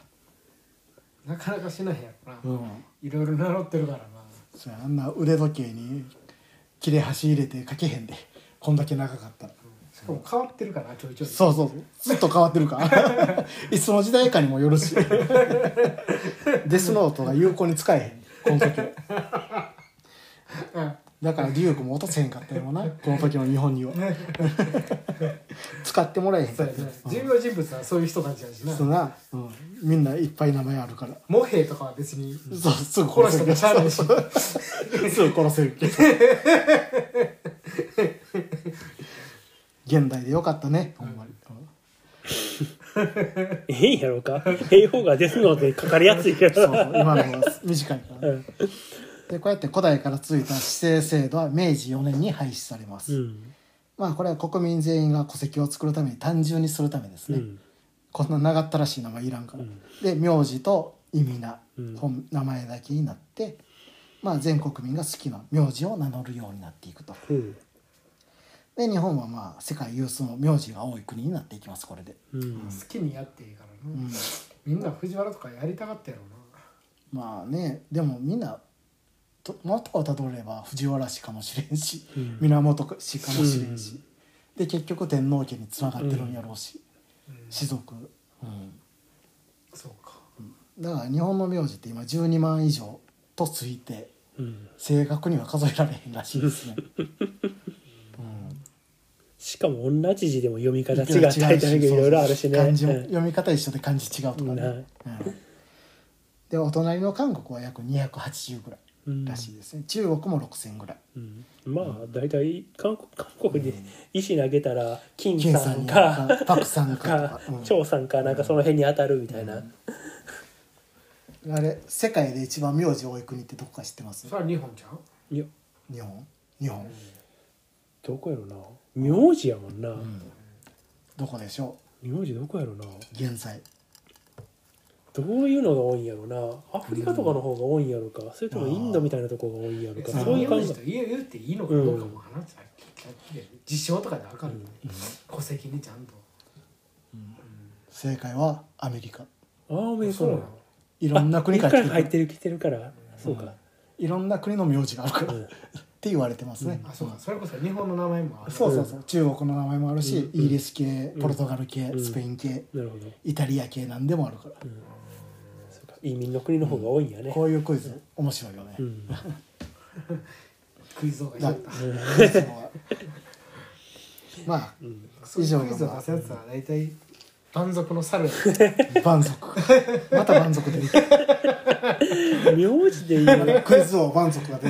Speaker 2: なかなかしないやろな、
Speaker 1: うん、
Speaker 2: いろいろ名乗ってるからな。
Speaker 1: そやあんな腕時計に切れ端入れて書けへんで、こんだけ長かったら。
Speaker 2: しかも変わってるからちょいちょい。
Speaker 1: そうそうそうずっと変わってるからいつの時代かにもよるしデスノートが有効に使えへんこの時は
Speaker 2: うん
Speaker 1: だからデュークも落とせへんかったよなこの時の日本には使ってもらえへんかったよ、
Speaker 2: そうやね、重要人物はそういう人たちやしな。
Speaker 1: そうな、うん、みんないっぱい名前あるから
Speaker 2: モヘイとかは別に
Speaker 1: そうすぐ
Speaker 2: 殺
Speaker 1: 殺せる
Speaker 2: したらしゃあないし。
Speaker 1: すぐ殺せるけど現代でよかったねほんまに、
Speaker 3: ええんやろうか。ええ方がデスノートにかかりやすいけど。
Speaker 1: そうそう今の方が短いから、
Speaker 3: うん
Speaker 1: でこうやって古代から続いた市政制度は明治よねんに廃止されます、
Speaker 3: うん
Speaker 1: まあこれは国民全員が戸籍を作るために単純にするためですね、
Speaker 3: うん
Speaker 1: こんな長ったらしい名前いらんから、
Speaker 3: うん
Speaker 1: で名字と意味な
Speaker 3: うん
Speaker 1: 本名前だけになって、まあ、全国民が好きな名字を名乗るようになっていくと。
Speaker 3: うん
Speaker 1: で日本はまあ世界有数の名字が多い国になっていきますこれで、
Speaker 3: うん
Speaker 2: 好きにやっていいからな、
Speaker 1: うん、
Speaker 2: みんな藤原とかやりたかったやろ
Speaker 1: まあねでもみんなと元をたどれば藤原氏かもしれんし、
Speaker 3: うん
Speaker 1: 源氏かもしれんし、
Speaker 3: うん
Speaker 1: で結局天皇家につながってるんやろうし、
Speaker 2: な、うん
Speaker 1: 士族、うん、
Speaker 2: そうか。
Speaker 1: だから日本の名字って今じゅうにまん以上とついて
Speaker 3: うん
Speaker 1: 正確には数えられへんらしいですね、うん
Speaker 3: しかも同じ字でも読み方違ったりとかいろいろあるしね。
Speaker 1: 漢字も
Speaker 3: うん
Speaker 1: 読み方一緒で漢字違うとかね、
Speaker 3: うん
Speaker 1: うんでお隣の韓国は約にひゃくはちじゅうぐらい
Speaker 3: うん
Speaker 1: らしいですね、中国もろくせんぐらい、
Speaker 3: うんまあ大体韓国韓国に石投げたら金
Speaker 1: 金
Speaker 3: さん
Speaker 1: さんか
Speaker 3: か
Speaker 1: パクさんかとか
Speaker 3: か、
Speaker 1: うん
Speaker 3: 張さんかなんかその辺に当たるみたいな。
Speaker 1: あれ世界で一番名字多い国ってどこか知ってます？
Speaker 2: それは日本ちゃう。
Speaker 3: いや
Speaker 1: 日本日本、
Speaker 3: どこやろな。名字やもんな。
Speaker 1: うんどこでしょ
Speaker 3: 名字どこやろな。
Speaker 1: 現在
Speaker 3: どういうのが多いんやろな。アフリカとかの方が多いんやろか、それともインドみたいなところが多いんやろか、
Speaker 2: そ
Speaker 3: そうういう感じ
Speaker 2: 名字と言う言っていいのかどうかも話さっき実証とかで分かる、うん、戸籍にちゃんと、
Speaker 1: うん、正解はアメリカ。
Speaker 3: ああ、アメリカ。そうなの。
Speaker 1: いろんな国から
Speaker 3: 入ってる来てるから、そうか、
Speaker 1: うん、いろんな国の名字があるから、うん、って言われてますね、
Speaker 2: うん、あ、そうか、それこそ日本の名前もある。
Speaker 1: そうそうそう、中国の名前もあるし、うん、イギリス系、ポルトガル系、うん、スペイン系、
Speaker 3: なるほど、
Speaker 1: イタリア系なんでもあるから、うん、
Speaker 3: そうか、移民の国の方が多いんやね、
Speaker 1: うん、こういうクイズ面白いよね、うん、
Speaker 2: クイズ動画やった。
Speaker 1: まあ、うん、以上
Speaker 2: クイズを出すやつは大体蛮族の猿
Speaker 1: 蛮族また蛮族出てきた
Speaker 3: 名字で言う
Speaker 1: クイズ王蛮族が出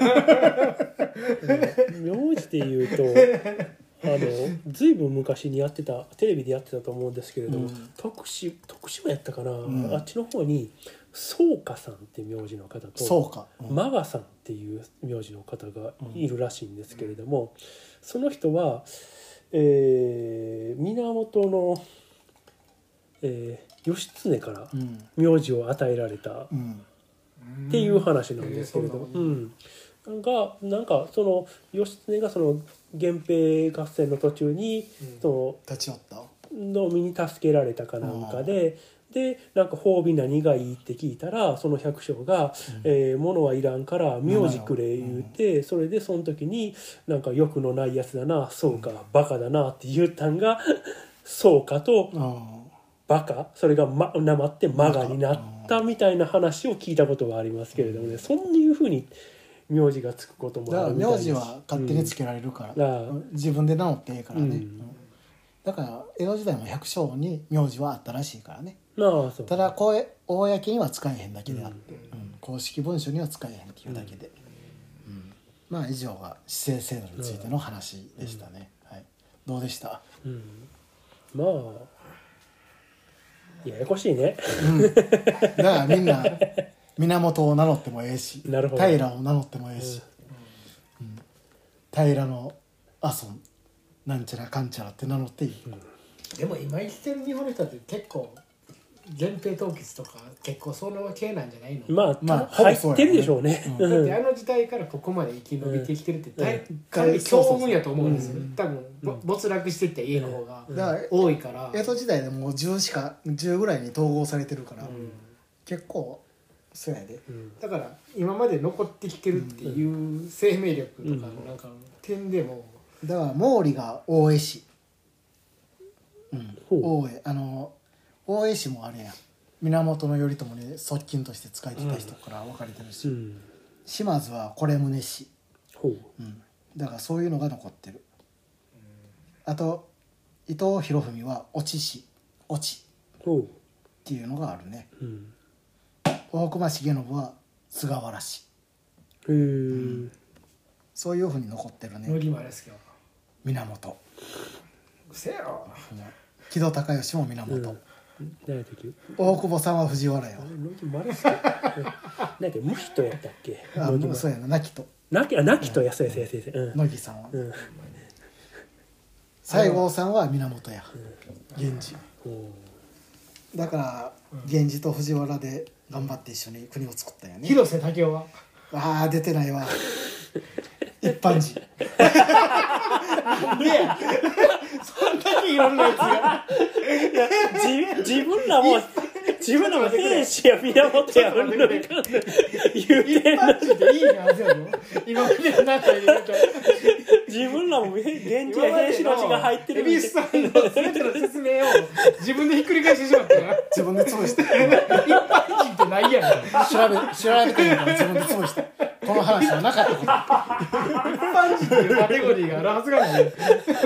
Speaker 1: て
Speaker 3: 名字で言うとあのずいぶん昔にやってたテレビでやってたと思うんですけれども、うん、徳島徳島やったかな、うん、あっちの方に宗家さんって名字の方と
Speaker 1: 宗家、
Speaker 3: うん、マガさんっていう名字の方がいるらしいんですけれども、うん、その人は、えー、源のえー、義経から名字を与えられたっていう話なんですけれども、うん、なんかなんかその義経がその源平合戦の途中に、うん、その
Speaker 1: 立ち寄った
Speaker 3: の身に助けられたかなんかで、でなんか褒美何がいいって聞いたらその百姓が、うんえー「物はいらんから名字くれ」言うて、うん、それでその時になんか欲のないやつだな、そうか、うん、バカだなって言ったんがそうかと。バカ、それが、ま、なまってマガになったみたいな話を聞いたことがありますけれどもね、うん、そういうふうに名字がつくこともあるみたいです。
Speaker 1: だから名字は勝手につけられるから、うん、自分で名乗っていいからね、うん、だから江戸時代も百姓に名字はあったらしいからね。
Speaker 3: ああ、そう。
Speaker 1: ただこう公には使えへんだけであって、うんうん、公式文書には使えへんっていうだけで、うんうん、まあ以上が氏姓制度についての話でしたね、うんはい、どうでした、
Speaker 3: うん、まあややこしいね、
Speaker 1: うん、だからみんな源を名乗ってもええし平を名乗ってもええし、うんうん、平の阿尊なんちゃらかんちゃらって名乗っていい、うん、
Speaker 2: でも今生きてる日本の人って結構源平統一とか結構その系なんじゃないの。
Speaker 3: まあ、まあ、入ってるでしょうね、
Speaker 2: うん、だってあの時代からここまで生き延びてきてるって大体強運やと思うんですよ、うん、多分、うん、没落していった家の方が多いから、
Speaker 1: 江戸時代でもうじゅうしかじゅうぐらいに統合されてるから、うん、結構そうやで、
Speaker 2: うん、だから今まで残ってきてるっていう生命力とかなんか点でも、
Speaker 1: だから毛利が大江氏、うん、大江あの大江氏もあれや源頼朝に側近として仕えてた人から分かれてるし、うん、島津は是宗氏、うん、だからそういうのが残ってる、うん、あと伊藤博文は越智氏越智っていうのがあるね、うん、大隈重信は菅原氏、うん、そういうふうに残ってるね。
Speaker 2: 乃木もあれですけど
Speaker 1: 源
Speaker 2: うせやろ、
Speaker 1: 木戸孝允も源、うん
Speaker 3: 何やったっけ、
Speaker 1: 大久保さんは藤原よ。
Speaker 3: 何やったっけ、無人やったっけ。
Speaker 1: あ、そうやな、亡きと。
Speaker 3: 亡き、あ、亡きとや、そうや、そうや、そうや。
Speaker 1: 乃木さんは。西郷さんは源や。源氏。だから源氏と藤原で頑張って一緒に国を作ったよね。
Speaker 2: 広瀬武雄は。
Speaker 1: ああ、出てないわ。一般人。
Speaker 2: なんでや。そんだけいろんなやつが。
Speaker 3: いや、自, 自分らも自分らも兵士や源やるのか言うてんの。
Speaker 2: 一般人でいいはずやろ。今までの中に言うと
Speaker 3: 自分らも源氏や兵士の血が入ってる
Speaker 2: みたいな。恵比寿さんの全ての説明を自分でひっくり返してしまったな。
Speaker 1: 自分で潰して。一
Speaker 2: 般人ってないやん。
Speaker 1: 調べ調べてみたら自分で潰して。この話はなかったこと。
Speaker 2: 一般人っていうカテゴリーがあるはずがない。うん、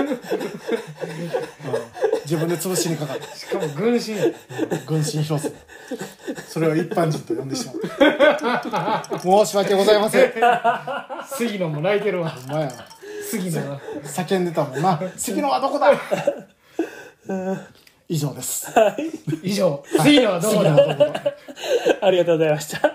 Speaker 1: 自分で潰しにかかった。
Speaker 2: しかも軍神、うん、
Speaker 1: 軍神表す。それを一般人と呼んでしまう。申し訳ございません。
Speaker 2: 杉野も泣いてるわ。
Speaker 1: お前や。
Speaker 2: 杉野は
Speaker 1: 叫んでたもんな。杉野はどこだ。以上です。
Speaker 3: はい。
Speaker 2: 以上。杉野はどこだ。
Speaker 3: ありがとうございました。